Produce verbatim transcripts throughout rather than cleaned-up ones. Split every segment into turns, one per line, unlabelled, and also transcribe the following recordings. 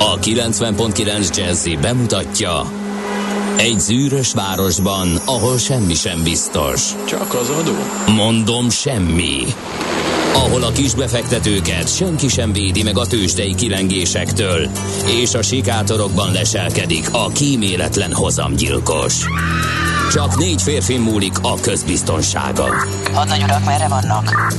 A kilencven pont kilenc Jazzy bemutatja: egy zűrös városban, ahol semmi sem biztos.
Csak az adó?
Mondom, semmi. Ahol a kisbefektetőket senki sem védi meg a tőzsdei kilengésektől, és a sikátorokban leselkedik a kíméletlen hozamgyilkos. Csak négy férfi múlik a közbiztonsága.
Hadnagy urak, merre vannak?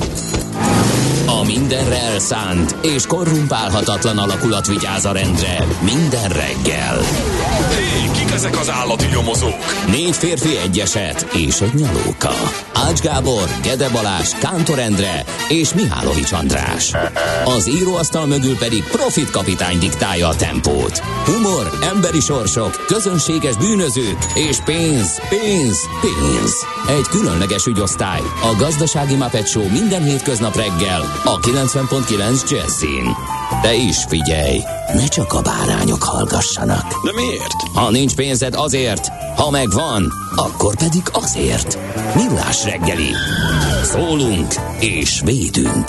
A mindenre elszánt és korrumpálhatatlan alakulat vigyáz a rendre minden reggel.
Hé, kik ezek az állati nyomozók?
Négy férfi, egy eset és egy nyalóka. Ács Gábor, Gede Balázs, Kántor Endre és Mihálovics András. Az íróasztal mögül pedig Profit kapitány diktálja a tempót. Humor, emberi sorsok, közönséges bűnözők és pénz, pénz, pénz. Egy különleges ügyosztály, a Gazdasági Muppet Show minden hétköznap reggel a kilencven pont kilenc Jazzin. De is figyelj, ne csak a bárányok hallgassanak.
De miért?
Ha nincs pénzed, azért, ha megvan, akkor pedig azért. Millás reggeli. Szólunk és védünk.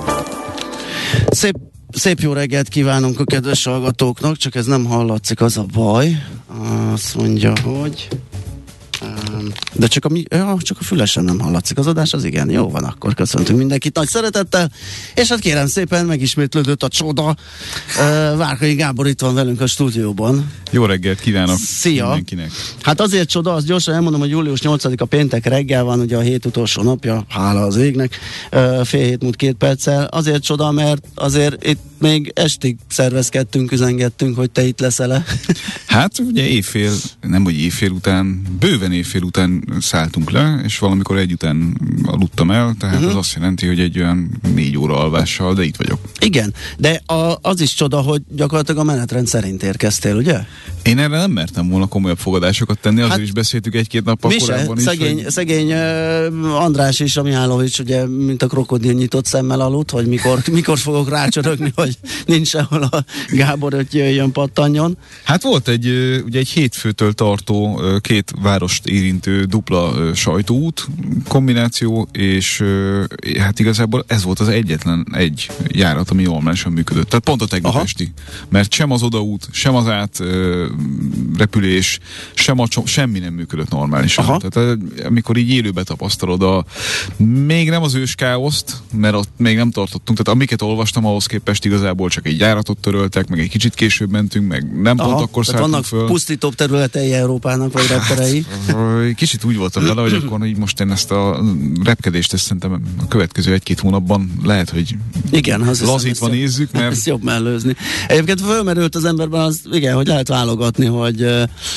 Szép, szép jó reggelt kívánunk a kedves hallgatóknak, csak ez nem hallatszik, az a baj. Azt mondja, hogy... De csak a, ja, csak a fülesen nem hallatszik az adás, az igen, jó van, akkor köszöntünk mindenkit nagy szeretettel, és hát kérem szépen, megismétlődött a csoda. Várkonyi Gábor itt van velünk a stúdióban.
Jó reggelt kívánok.
Szia.
Mindenkinek.
Hát azért csoda, azt gyorsan elmondom, hogy július nyolcadika péntek reggel van, ugye a hét utolsó napja, hála az égnek, fél hét múlt két perccel. Azért csoda, mert azért itt még estig szervezkedtünk, üzengettünk, hogy te itt leszel-e.
Hát ugye évfél, nem hogy évfél után, bőven évfél után szálltunk le, és valamikor egy után aludtam el, tehát uh-huh. az azt jelenti, hogy egy olyan négy óra alvással, de itt vagyok.
Igen, de a, az is csoda, hogy gyakorlatilag a menetrend szerint érkeztél, ugye?
Én erre nem mertem volna komolyabb fogadásokat tenni, azért hát, is beszéltük egy-két nappal korábban is.
Szegény, hogy... szegény uh, András és a Mihálovics, ugye, mint a krokodil nyitott szemmel aludt, hogy mikor, mikor fogok rácsörögni, hogy nincs sehol a Gábor, hogy jöjjön, pattanjon.
Hát volt egy, ugye egy hétfőtől tartó, két várost érintő dupla sajtóút kombináció, és hát igazából ez volt az egyetlen egy járat, ami normálisan működött. Tehát pont a tegnap esti. Mert sem az odaút, sem az át repülés, sem a csom- semmi nem működött normálisan. Aha. Tehát amikor így élőbe tapasztalod a még nem az ős káoszt, mert ott még nem tartottunk, tehát amiket olvastam, ahhoz képest igazából csak egy járatot töröltek, meg egy kicsit később mentünk, meg nem Aha, pont akkor szálltunk
vannak
föl.
Pusztítóbb területei Európának, vagy repterei?
Hát, kicsit úgy voltam vele, hogy akkor így most én ezt a repkedést ezt szerintem a következő egy-két hónapban lehet, hogy
igen, az
lazítva
hiszem,
nézzük, mert...
Ezt jobb mellőzni. Egyébként fölmerült az emberben az, igen, hogy lehet válogatni, hogy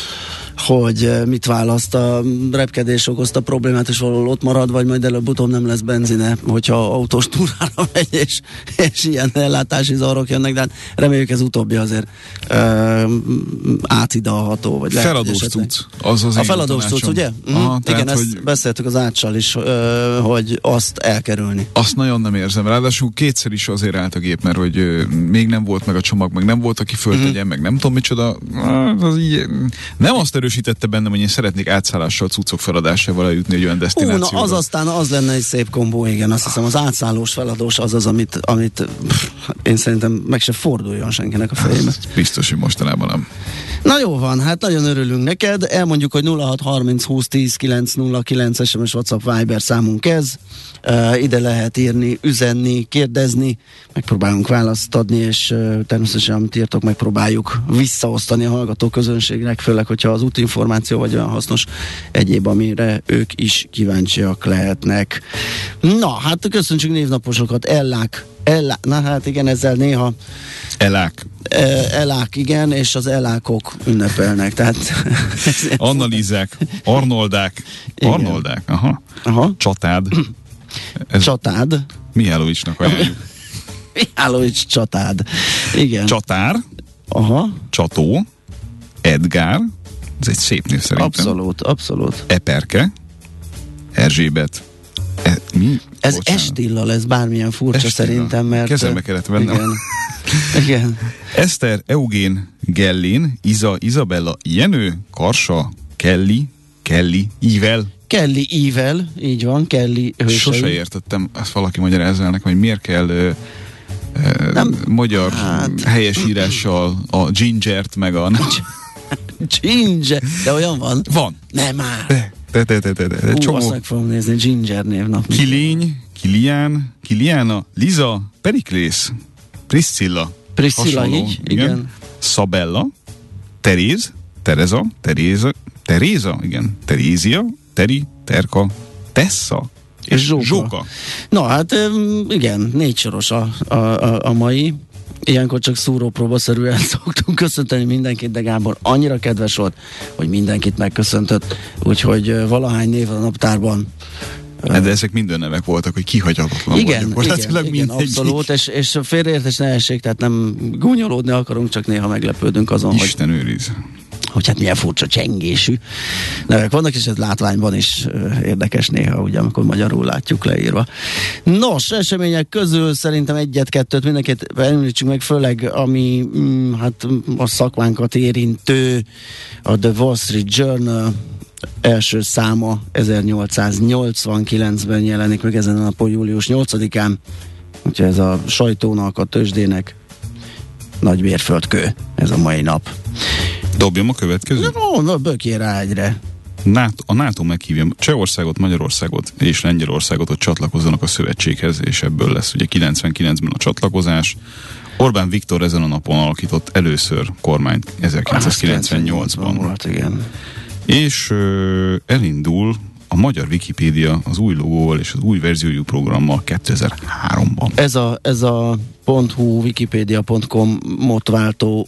hogy mit választ, a repkedés okozta problémát, és valahol ott marad, vagy majd előbb-utóbb nem lesz benzine, hogyha autós túrára megy, és, és ilyen ellátási zavarok jönnek, de hát reméljük ez utóbbi azért ö, átidalható, vagy lehet,
feladós cucc. Az az
a feladós cucc, ugye?
Aha,
mm,
tehát,
igen,
hogy...
ezt beszéltük az Áccsal is, ö, hogy azt elkerülni.
Azt nagyon nem érzem. Ráadásul kétszer is azért állt a gép, mert hogy ö, még nem volt meg a csomag, meg nem volt, aki föltegyen, mm. meg nem tudom micsoda. Az így, nem azt erősítette bennem, hogy én szeretnék átszállással, cuccok feladásával eljutni egy olyan desztinációra.
Ú, na, az aztán az lenne egy szép kombó, igen, azt hiszem az átszállós feladós az az, amit, amit pff, én szerintem meg se forduljon senkinek a fejébe.
Biztos, hogy mostanában nem.
Na jó van, hát nagyon örülünk neked, elmondjuk, hogy nulla hat harminc húsz tíz kilenc nulla kilenc es em es WhatsApp Viber számunk ez, uh, ide lehet írni, üzenni, kérdezni, megpróbálunk választ adni, és uh, természetesen amit írtok, megpróbáljuk visszaosztani a hallgató közönségnek, főleg, hogyha az útinformáció vagy olyan hasznos egyéb, amire ők is kíváncsiak lehetnek. Na, hát köszöntsük névnaposokat, Ellák, Ellák, na hát igen, ezzel néha
Elák.
Elák, igen, és az elákok ünnepelnek, tehát...
Annalízák, Arnoldák, igen. Arnoldák, aha.
aha.
Csatád. Ez
Csatád.
Mihálovicsnak ajánljuk.
Mihálovics Csatád. Igen.
Csatár.
Aha.
Csató. Edgár. Ez egy szép név szerintem.
Abszolút, abszolút.
Eperke. Erzsébet. E, mi?
Ez
Bocsánat.
Estilla lesz, bármilyen furcsa
Estilla.
szerintem, mert...
Kezembe kellett vennem.
Igen. Igen.
Eszter, Eugén, Gellén, Iza, Izabella, Jenő, Karsa, Kelly, Kelly, Ível.
Kelly Ível, így van, Kelly hősei.
Sose értettem, ezt valaki magyarázza nekem, hogy miért kell ö, nem, magyar hát, helyesírással a Gingert, meg a...
Ginger, de olyan van?
Van.
Nem már.
De, de, de, de, de, de, de
Hú,
csomó.
azt meg fogom nézni, Ginger névnap.
Kilény, Kilián, Kiliána, Liza, Periklész, Priscilla.
Priscilla,
hasonló,
így? Igen. igen.
Szabella, Teréz, Tereza, Teréza, Teréza, igen, Terézia, Teri, Terka, Tessa, és Zsóka. Zsóka.
Na hát igen, négy soros a, a, a, a mai. Ilyenkor csak szúrópróbaszerűen szoktunk köszönteni mindenkit, de Gábor annyira kedves volt, hogy mindenkit megköszöntött, úgyhogy valahány név a naptárban.
De ezek minden nevek voltak, hogy kihagyhatatlan
igen, igen, igen, abszolút, és, és félreértés ne essék, tehát nem gúnyolódni akarunk, csak néha meglepődünk azon,
Isten
hogy...
őriz.
hogy hát milyen furcsa csengésű nevek vannak, és ez látványban is uh, érdekes néha, ugye, amikor magyarul látjuk leírva. Nos, események közül szerintem egyet-kettőt mindenkit említsünk meg, főleg ami mm, hát a szakmánkat érintő, a The Wall Street Journal első száma ezernyolcszáznyolcvankilencben jelenik meg ezen a napon, július nyolcadikán, úgyhogy ez a sajtónak, a tőzsdének nagy mérföldkő ez a mai nap.
Dobjam a következő?
No, no, bökjél rá egyre.
NATO, a NATO meghívja Csehországot, Magyarországot és Lengyelországot, hogy csatlakozzanak a szövetséghez, és ebből lesz ugye kilencvenkilencben a csatlakozás. Orbán Viktor ezen a napon alakított először kormányt ezerkilencszázkilencvennyolcban.
Volt, igen.
És ö, elindul a magyar Wikipédia az új logóval és az új verziójú programmal kétezer-háromban.
Ez a, ez a .hu, wikipedia pont com-ot váltó,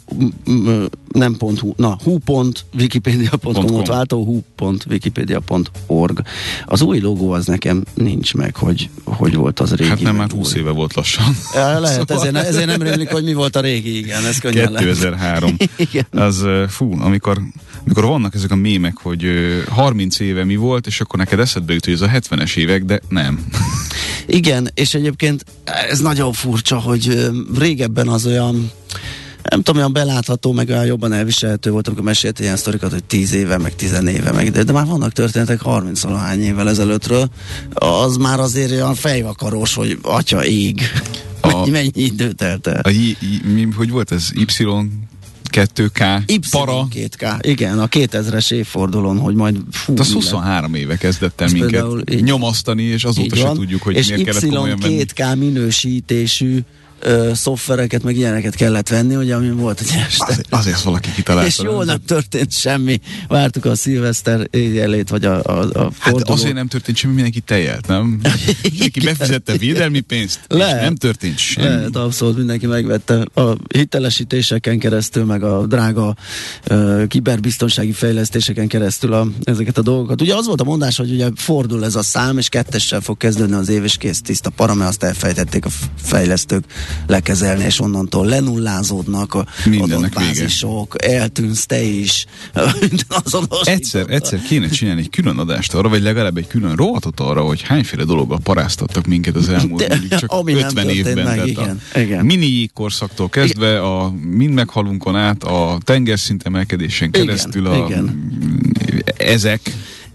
nem .hu, na, hu.wikipedia pont com-ot váltó, hu.wikipedia pont org. Az új logó az nekem nincs meg, hogy hogy volt az régi.
Hát nem, már húsz éve volt lassan.
Ja, lehet, szóval... ezért, ezért nem rémlik, hogy mi volt a régi, igen, ez könnyen
kétezer-három. Az, fú, amikor amikor vannak ezek a mémek, hogy harminc éve mi volt, és akkor neked eszedbe jut, hogy ez a hetvenes évek, de nem.
Igen, és egyébként ez nagyon furcsa, hogy régebben az olyan, nem tudom, olyan belátható, meg olyan jobban elviselhető volt, amikor mesélt ilyen sztorikat, hogy tíz éve, meg tizenéve, meg de, de már vannak történetek harminc-valahány évvel ezelőttről, az már azért olyan fejvakarós, hogy atya ég. A, mennyi, mennyi idő telt el.
A, i, i, mi, hogy volt ez? Y kettő ká, para.
két ká, igen, a kétezres évfordulón, hogy majd fú,
az huszonhárom éve kezdett el minket így, nyomasztani, és azóta se tudjuk, hogy
és
miért kellett komolyan venni.
És Y két ká minősítésű ö, szoftvereket, meg ilyeneket kellett venni, ugye, ami volt egy este.
Azért, azért valaki kitalálta.
És jól nem történt semmi. Vártuk a szilveszter éjjelét, vagy a, a, a forduló.
Hát azért nem történt semmi, mindenki tejelt, nem? Mindenki befizette védelmi pénzt, lehet, és nem történt semmi.
Lehet, abszolút mindenki megvette a hitelesítéseken keresztül, meg a drága uh, kiberbiztonsági fejlesztéseken keresztül a, ezeket a dolgokat. Ugye az volt a mondás, hogy ugye fordul ez a szám, és kettessel fog kezdődni az év, és kész tiszta para, mert azt elfejtették a fejlesztők lekezelni, és onnantól lenullázódnak a adatbázisok, eltűnsz te is.
egyszer, egyszer kéne csinálni egy külön adást arra, vagy legalább egy külön rovatot arra, hogy hányféle dologgal paráztattak minket az elmúlt de, mondjuk csak ötven évben. Meg, igen, a igen. mini jégkorszaktól kezdve a mind meghalunkon át a tengerszint emelkedésen keresztül igen, a igen. ezek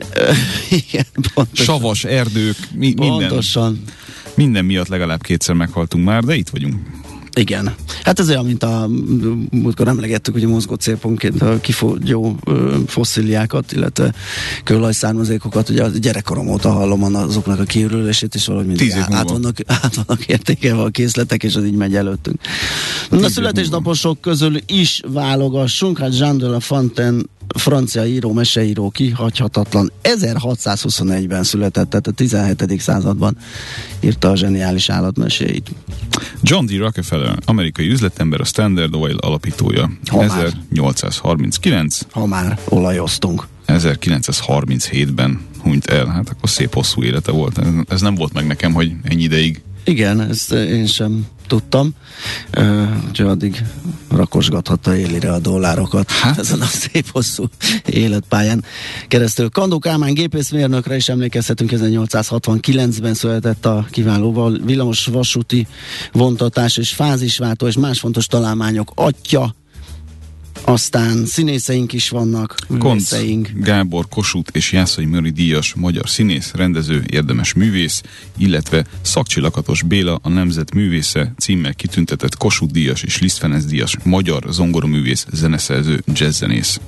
igen,
savas erdők, mi,
pontosan.
minden. Minden miatt legalább kétszer meghaltunk már, de itt vagyunk.
Igen. Hát ez olyan, mint a múltkor emlegettük, hogy a mozgó célpontként a kifogyó fosszíliákat, illetve kőolajszármazékokat, ugye a gyerekkorom óta hallom azoknak a kiürülését, és valahogy mindig át, át, vannak, át vannak értékelve a készletek, és az így megy előttünk. Na, születésnaposok közül is válogassunk, hát Jean de La Fontaine, francia író, meseíró, kihagyhatatlan, ezerhatszázhuszonegyben született, tehát a tizenhetedik században írta a zseniális állatmeséit.
John D. Rockefeller, amerikai üzletember, a Standard Oil alapítója.
Ha
ezernyolcszázharminckilenc.
Ha már olajoztunk.
ezerkilencszázharminchétben hunyt el. Hát akkor szép hosszú élete volt. Ez nem volt meg nekem, hogy ennyi ideig.
Igen, ezt én sem tudtam. Uh, úgyhogy addig rakosgathatta élire a dollárokat. Hát ezen a szép hosszú életpályán keresztül. Kandó Kálmán gépészmérnökre is emlékezhetünk, ezernyolcszázhatvankilencben született a kiváló villamos vasúti vontatás és fázisváltó és más fontos találmányok atya, Aztán színészeink is vannak, művészeink.
Koncz Gábor, Kossuth és Jászai Mari díjas magyar színész, rendező, érdemes művész, illetve Szakcsi Lakatos Béla, a Nemzet művésze címmel kitüntetett Kossuth díjas és Liszt Ferenc díjas magyar zongoroművész, zeneszerző, jazzzenész.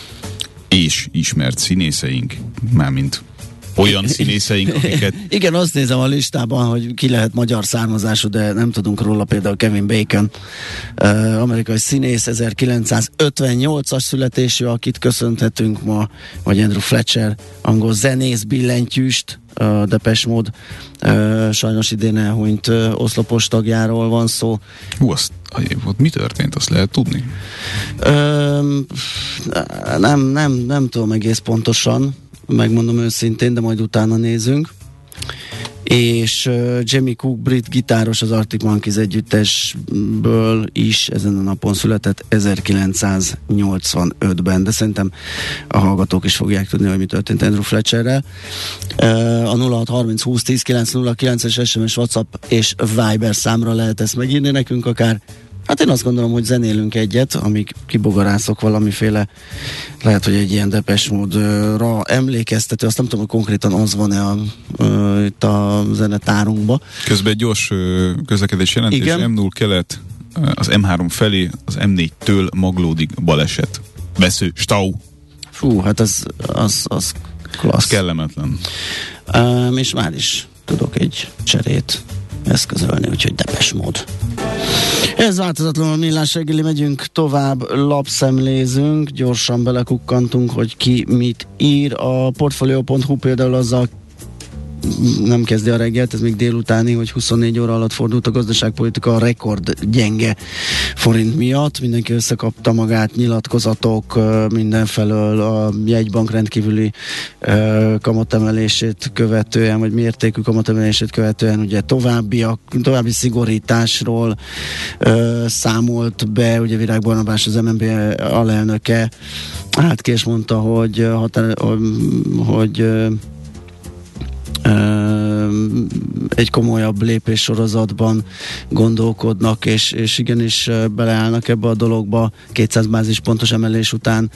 És ismert színészeink, mármint olyan színészeink, akiket...
Igen, azt nézem a listában, hogy ki lehet magyar származású, de nem tudunk róla, például Kevin Bacon, uh, amerikai színész, ezerkilencszázötvennyolcas születésű, akit köszönhetünk ma, vagy Andrew Fletcher, angol zenész, billentyűst, a Depeche Mode, uh, sajnos idén elhunyt uh, oszlopos tagjáról van szó.
Hú, azt, ott mi történt, azt lehet tudni?
Uh, nem, nem, nem tudom egész pontosan, megmondom őszintén, de majd utána nézünk. És uh, Jamie Cook, brit gitáros, az Arctic Monkeys együttesből is ezen a napon született ezerkilencszáznyolcvanötben, de szerintem a hallgatók is fogják tudni, hogy mi történt Andrew Fletcherrel. Uh, a nulla hat harminc húsz tíz kilenc nulla kilences es em es, WhatsApp és Viber számra lehet ezt megírni nekünk akár. Hát én azt gondolom, hogy zenélünk egyet, amíg kibogarászok valamiféle, lehet, hogy egy ilyen Depeche Mode-ra emlékeztető, azt nem tudom, hogy konkrétan az van-e a, a, itt a zenetárunkba.
Közben egy gyors közlekedés jelentés,
Igen.
em nulla kelet, az em három felé, az em négytől Maglódig baleset. Vesző, stau.
Fú, hát az, az, az klassz.
Az kellemetlen.
Um, és már is tudok egy cserét eszközölni, úgyhogy Depeche Mode. Ez változatlanul Millás reggeli, megyünk tovább, lapszemlézünk, gyorsan belekukkantunk, hogy ki mit ír. A portfolio pont hu például azzal nem kezdi a reggelt, ez még délutáni, hogy huszonnégy óra alatt fordult a gazdaságpolitika a rekord gyenge forint miatt. Mindenki összekapta magát, nyilatkozatok mindenfelől, a jegybank rendkívüli uh, kamatemelését követően, vagy mértékű kamatemelését követően ugye továbbiak, további szigorításról uh, számolt be, ugye Virág Barnabás, az em en bé alelnöke, hát ki és mondta, hogy, határ, hogy uh, egy komolyabb lépéssorozatban gondolkodnak, és, és igenis beleállnak ebbe a dologba kétszáz bázispontos emelés után,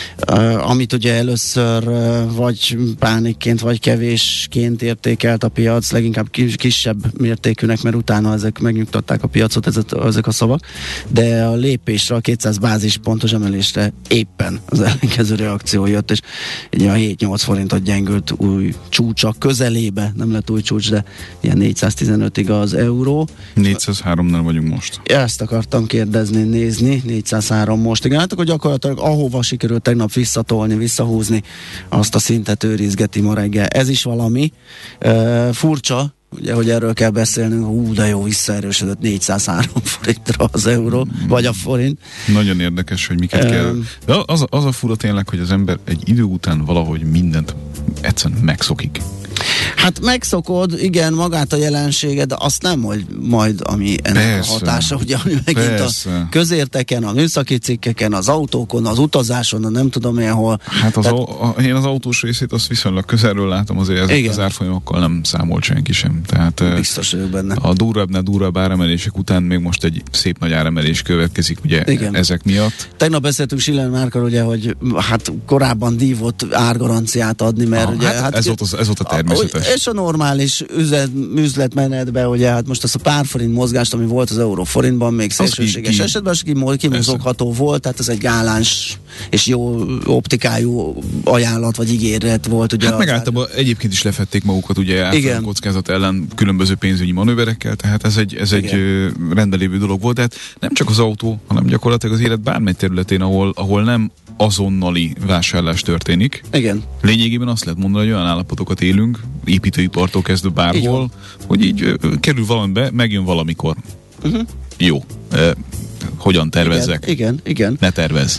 amit ugye először vagy pánikként, vagy kevésként értékelt a piac, leginkább kis, kisebb mértékűnek, mert utána ezek megnyugtatták a piacot, ezek, ezek a szavak, de a lépésre, a kétszáz bázispontos emelésre éppen az ellenkező reakció jött, és így a hét-nyolc forintot gyengült új csúcsa közelébe, nem lett új csúcs, de ilyen négyszáztizenötig az euró.
négyszázháromnál vagyunk most.
Ezt akartam kérdezni, nézni, négyszázhárom most. Igen, hát akkor gyakorlatilag ahova sikerült tegnap visszatolni, visszahúzni, azt a szintet őrizgeti ma reggel. Ez is valami uh, furcsa, ugye, hogy erről kell beszélnünk, hú, de jó, visszaerősödött négyszázhárom forintra az euró, mm. vagy a forint.
Nagyon érdekes, hogy miket um, kell. De az, az a fura tényleg, hogy az ember egy idő után valahogy mindent egyszerűen megszokik.
Hát megszokod, igen, magát a jelenséget, de azt nem, hogy majd, ami ennek persze, a hatása, ugye, ami megint persze. A közérteken, a műszaki cikkeken, az autókon, az utazáson, a nem tudom én hol.
Hát az Tehát, a, én az autós részét azt viszonylag közelről látom, azért ezek az árfolyamokkal nem számolt senki sem. Tehát
biztos vagyok benne.
A durvábbnál durvább áremelések után még most egy szép nagy áremelés következik, ugye igen. ezek miatt.
Tegnap beszéltünk Schiller Márkkal, ugye, hogy hát korábban dívott árgaranciát adni, mert ah, ugye...
Hát hát ez, volt az, ez volt a természetes.
És a normális üzlet, üzletmenetben, ugye hát most az a pár forint mozgást, ami volt az euró forintban, még szélsőséges ki, esetben, és kimozogható volt, tehát ez egy gáláns és jó optikájú ajánlat, vagy ígéret volt. Ugye
hát meg általában egyébként is lefették magukat, ugye átfogó kockázat ellen különböző pénzügyi manőverekkel, tehát ez egy, ez egy rendelévő dolog volt, tehát nem csak az autó, hanem gyakorlatilag az élet bármely területén, ahol, ahol nem azonnali vásárlás történik.
Igen.
Lényegében azt lehet mondani, hogy olyan állapotokat élünk, építőipartól kezdve bárhol, így hogy így ö, kerül valamibe, megjön valamikor. Uh-huh. Jó. E, hogyan tervezzek?
Igen, igen, igen.
Ne tervezz.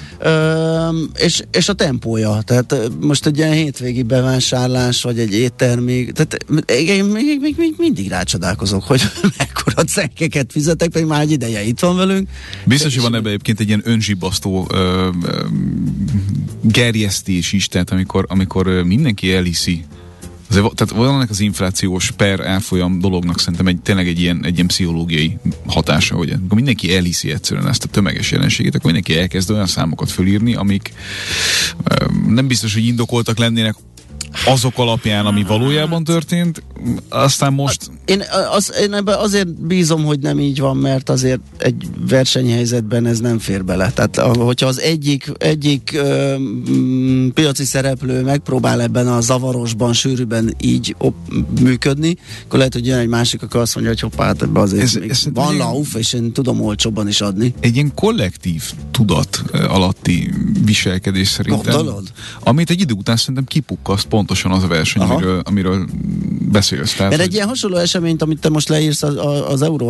Ö, és, és a tempója, tehát most egy ilyen hétvégi bevásárlás, vagy egy éttermig, tehát én még, még, még mindig rácsodálkozok, hogy mekkora cekkeket fizetek, pedig már egy ideje itt van velünk.
Biztos, hogy van ebben egyébként egy ilyen önzsibasztó ö, ö, gerjesztés is, tehát amikor, amikor mindenki elhiszi azért, tehát valamelyik az inflációs per elfolyam dolognak szerintem egy, tényleg egy ilyen, egy ilyen pszichológiai hatása, hogy amikor mindenki elhiszi egyszerűen ezt a tömeges jelenségét, akkor mindenki elkezd olyan számokat fölírni, amik nem biztos, hogy indokoltak lennének azok alapján, ami valójában történt, aztán most...
Én, az, én ebben azért bízom, hogy nem így van, mert azért egy versenyhelyzetben ez nem fér bele. Tehát hogyha az egyik, egyik ö, m, piaci szereplő megpróbál ebben a zavarosban, sűrűben így op, működni, akkor lehet, hogy jön egy másik, akkor azt mondja, hogy hoppá, hát ebben azért ez, ez van lauf, és én tudom olcsóbban is adni.
Egy ilyen kollektív tudat alatti viselkedés szerintem.
Gondolod?
Amit egy idő után szerintem kipukkaszt pontosan az a verseny, amiről, amiről beszélsz. Tehát,
mert egy ilyen hasonló eseményt, amit te most leírsz, az, az euró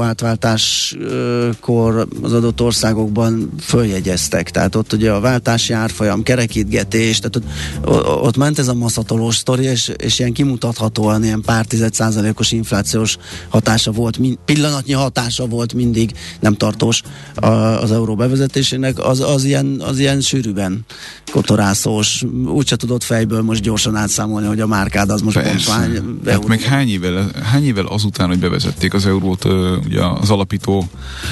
átváltáskor az adott országokban följegyeztek. Tehát ott ugye a váltási árfolyam, kerekítgetés, tehát ott, ott ment ez a maszatolós sztori, és, és ilyen kimutathatóan ilyen pár tized százalékos inflációs hatása volt, min, pillanatnyi hatása volt mindig, nem tartós az euró bevezetésének, az, az, ilyen, az ilyen sűrűben kotorászós, úgyse tudott fejből most gyorsan átszámolni, hogy a márkád az most pont hány euró.
Meg hány évvel, hány évvel azután, hogy bevezették az eurót, ugye az alapító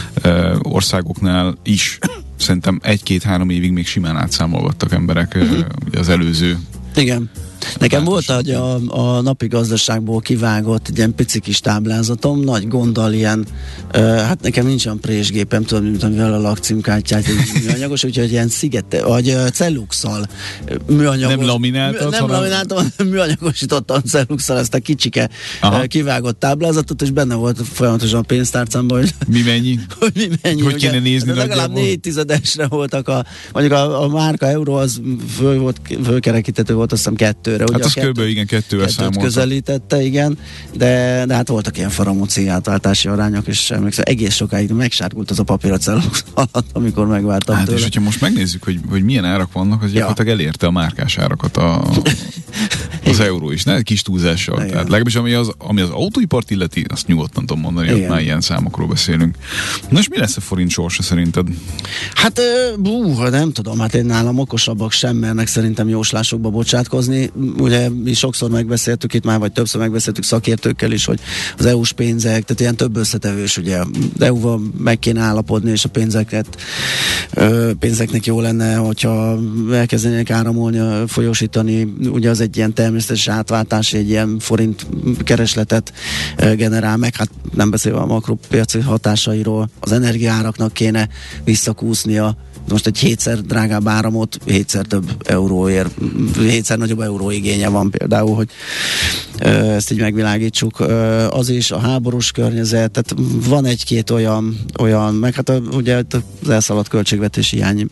országoknál is szerintem egy-két-három évig még simán átszámolgattak emberek uh-huh. ugye az előző.
Igen. Nekem volt hogy a, a napi gazdaságból kivágott egy ilyen pici kis táblázatom, nagy gonddal ilyen, uh, hát nekem nincs olyan présgépem, tudom, mint amivel a lakcímkártyát műanyagos, úgyhogy ilyen szigete, vagy uh, celluxal műanyagos.
Nem lamináltad?
Mű, nem hanem... lamináltam, műanyagosítottam celluxal ezt a kicsike uh, kivágott táblázatot, és benne volt folyamatosan a pénztárcámban, hogy
mi mennyi?
hogy mi mennyi.
Hogy kéne nézni?
Legalább négy tizedesre voltak a, mondjuk a, a márka euró, az föl volt, fölkerekítető volt, azt hiszem kettőre.
Hát
ugye
az kb. Igen, kettővel számolta.
Közelítette, igen, de, de hát voltak ilyen faramúci átváltási arányok, és emlékszem, egész sokáig megsárgult az a papír a cellux alatt, amikor megváltam
hát
tőle.
És hogyha most megnézzük, hogy, hogy milyen árak vannak, az gyakorlatilag ja. elérte a márkás árakat a, az euró is, ne? Kis túlzással. Igen. Tehát legalábbis ami az, ami az autóipart illeti, azt nyugodtan tudom mondani, hogy már ilyen számokról beszélünk. Na és mi lesz a forint sorsa szerinted?
Hát, bú, nem tudom, hát én nálam okosabbak sem mernek szerintem jóslásokba bocsátkozni. Ugye mi sokszor megbeszéltük itt már, vagy többször megbeszéltük szakértőkkel is, hogy az é u-s pénzek, tehát ilyen több összetevős, ugye az é u-val meg kéne állapodni, és a pénzeket pénzeknek jó lenne, hogyha elkezdenének áramolni, folyósítani, ugye az egy ilyen természetes átváltás, egy ilyen forint keresletet generál meg, hát nem beszélve a makropiaci hatásairól, az energiaáraknak kéne visszakúsznia, most egy hétszer drágább áramot, hétszer több euróért, hétszer nagyobb euróigénye van például, hogy ö, ezt így megvilágítsuk. Ö, az is a háborús környezet, tehát van egy-két olyan, olyan meg hát a, ugye az elszaladt költségvetési hiány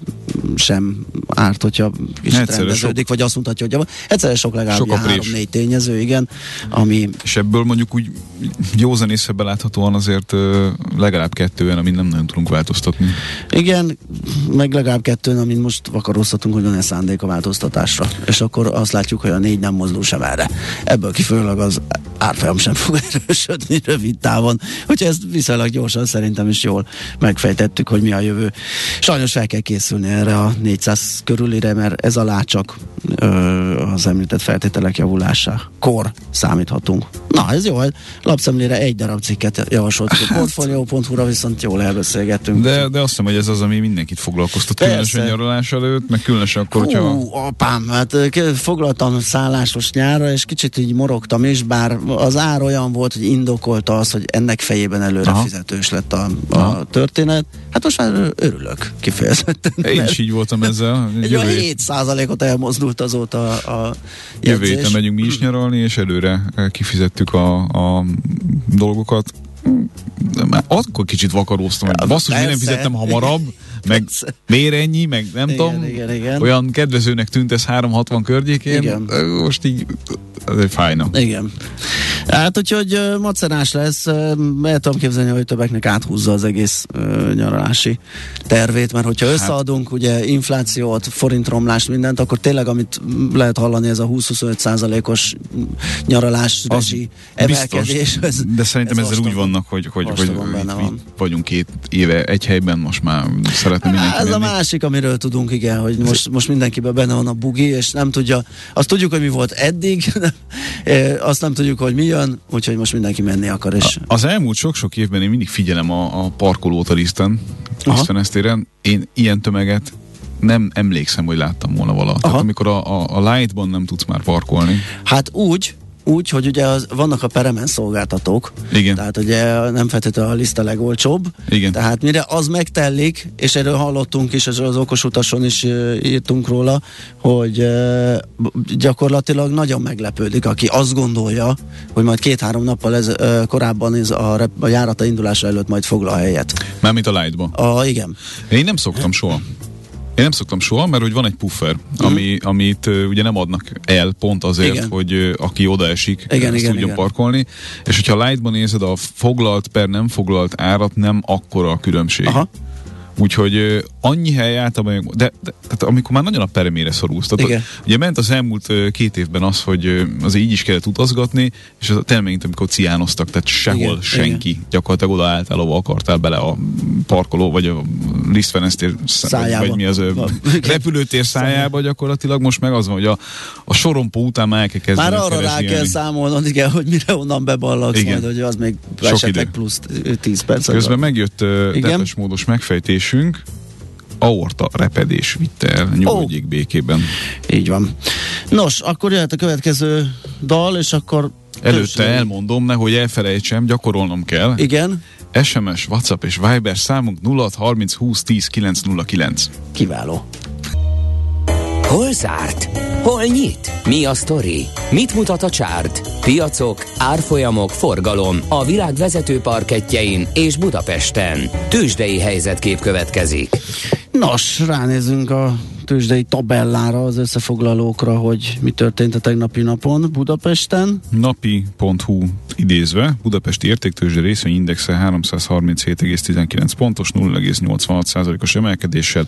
sem árt, hogyha kicsit rendeződik, sok, vagy azt mutatja, hogy egyszerűen sok legalább három-négy tényező, igen, ami...
És ebből mondjuk úgy józan észre beláthatóan azért ö, legalább kettően, amit nem nagyon tudunk változtatni.
Igen, meg legalább kettőn, amin most vakaróztatunk, hogy van-e szándék a változtatásra. És akkor azt látjuk, hogy a négy nem mozdul sem erre. Ebből kifolyólag az árfolyam sem fog erősödni rövid távon. Hogyha ezt viszonylag gyorsan szerintem is jól megfejtettük, hogy mi a jövő. Sajnos fel kell készülni erre a négyszáz körülire, mert ez alá csak ö, az említett feltételek javulásakor számíthatunk. Na, ez jó, lapszemlére egy darab cikket javasoltuk hát, a portfolio pont hu-ra, viszont jól elbeszélgettünk.
De, de azt hiszem, hogy ez az, ami mindenkit foglalkoztat, különösen nyaralás előtt, meg különösen akkor,
Hú, hogyha... apám, hát foglaltam szállásos nyárra, és kicsit így morogtam is, bár az ár olyan volt, hogy indokolta az, hogy ennek fejében előre Aha. fizetős lett a, a történet. Hát most már örülök kifejezetten.
Én is így voltam ezzel.
Egy olyan hét százalékot elmozdult azóta a jegyzés.
Jövő héten megyünk mi is nyaralni, és előre kifizettük a, a dolgokat. De már akkor kicsit vakaróztam, hogy basszus, miért nem fizettem hamarabb, meg persze. Miért ennyi, meg nem igen, tudom,
igen, igen.
olyan kedvezőnek tűnt ez háromszázhatvan környékén, igen. Most így ez fájna.
Igen. Hát úgyhogy uh, macerás lesz, uh, el tudom képzelni, hogy többeknek áthúzza az egész uh, nyaralási tervét, mert hogyha összeadunk hát. ugye inflációt, forintromlást, mindent, akkor tényleg, amit lehet hallani, ez a húsz-huszonöt százalékos nyaralás, rezsi emelkedés. Ez,
de szerintem
ez
ezzel úgy vannak, hogy, hogy, hogy, hogy vagyunk két éve egy helyben, most már szeretne mindenki
Ez
menni.
a másik, amiről tudunk, igen, hogy most, most mindenkiben benne van a bugi, és nem tudja, azt tudjuk, hogy mi volt eddig, azt nem tudjuk, hogy mi jön, úgyhogy most mindenki menni akar. És...
A, az elmúlt sok-sok évben én mindig figyelem a, a parkolót a Liszten, Liszten-esztéren. Én ilyen tömeget nem emlékszem, hogy láttam volna valaha. Tehát amikor a, a, a Lightban nem tudsz már parkolni.
Hát úgy, Úgy, hogy ugye az, vannak a peremen szolgáltatók,
igen.
Tehát ugye nem feltétlenül a Liszt a legolcsóbb,
igen.
Tehát mire az megtellik, és erről hallottunk is, és az okos utason is uh, írtunk róla, hogy uh, gyakorlatilag nagyon meglepődik, aki azt gondolja, hogy majd két-három nappal ez, uh, korábban ez a, rep- a járata indulása előtt majd foglal helyet.
Mármint a Lightban.
A, igen.
Én nem szoktam soha. Én nem szoktam soha, mert hogy van egy puffer, mm. ami, amit uh, ugye nem adnak el pont azért, igen. hogy uh, aki odaesik, igen, azt igen, tudjon igen. parkolni, és hogyha Lightban nézed, a foglalt per nem foglalt árat nem akkora a különbség. Aha. Úgyhogy uh, annyi hely általában, de, de tehát amikor már nagyon a peremére szorulsz. Tehát, ugye ment az elmúlt uh, két évben az, hogy uh, azért így is kellett utazgatni, és az tényleg, amikor ciánoztak, tehát sehol igen, senki igen. gyakorlatilag oda álltál, ahol akartál bele a parkoló, vagy a Lisztfenesztér szájába, vagy mi az a, repülőtér szájába gyakorlatilag. Most meg az van, hogy a, a sorompó után már el kell kezdeni.
Már arra rá kell számolnod, igen, hogy mire onnan beballagsz majd, hogy az még esetleg plusz tíz perc.
Közben megjött uh, tetes módos megfejtés. Aorta repedés vitte el, nyugodjék oh. békében.
Így van. Nos, akkor jöhet a következő dal, és akkor
előtte többször. Elmondom, nehogy elfelejtsem, gyakorolnom kell.
Igen.
es em es, WhatsApp és Viber számunk nulla hat harminc húsz tíz kilenc nulla kilenc.
Kiváló.
Hol zárt? Hol nyit? Mi a sztori? Mit mutat a csárt? Piacok, árfolyamok, forgalom a világ vezető parkettjein és Budapesten. Tőzsdei helyzetkép következik.
Nos, ránézzünk a tőzsdei tabellára, az összefoglalókra, hogy mi történt a tegnapi napon Budapesten.
napi pont hu idézve, Budapesti értéktőzsde részvényindexe háromszázharminchét egész tizenkilenc pontos, nulla egész nyolcvanhat százalékos emelkedéssel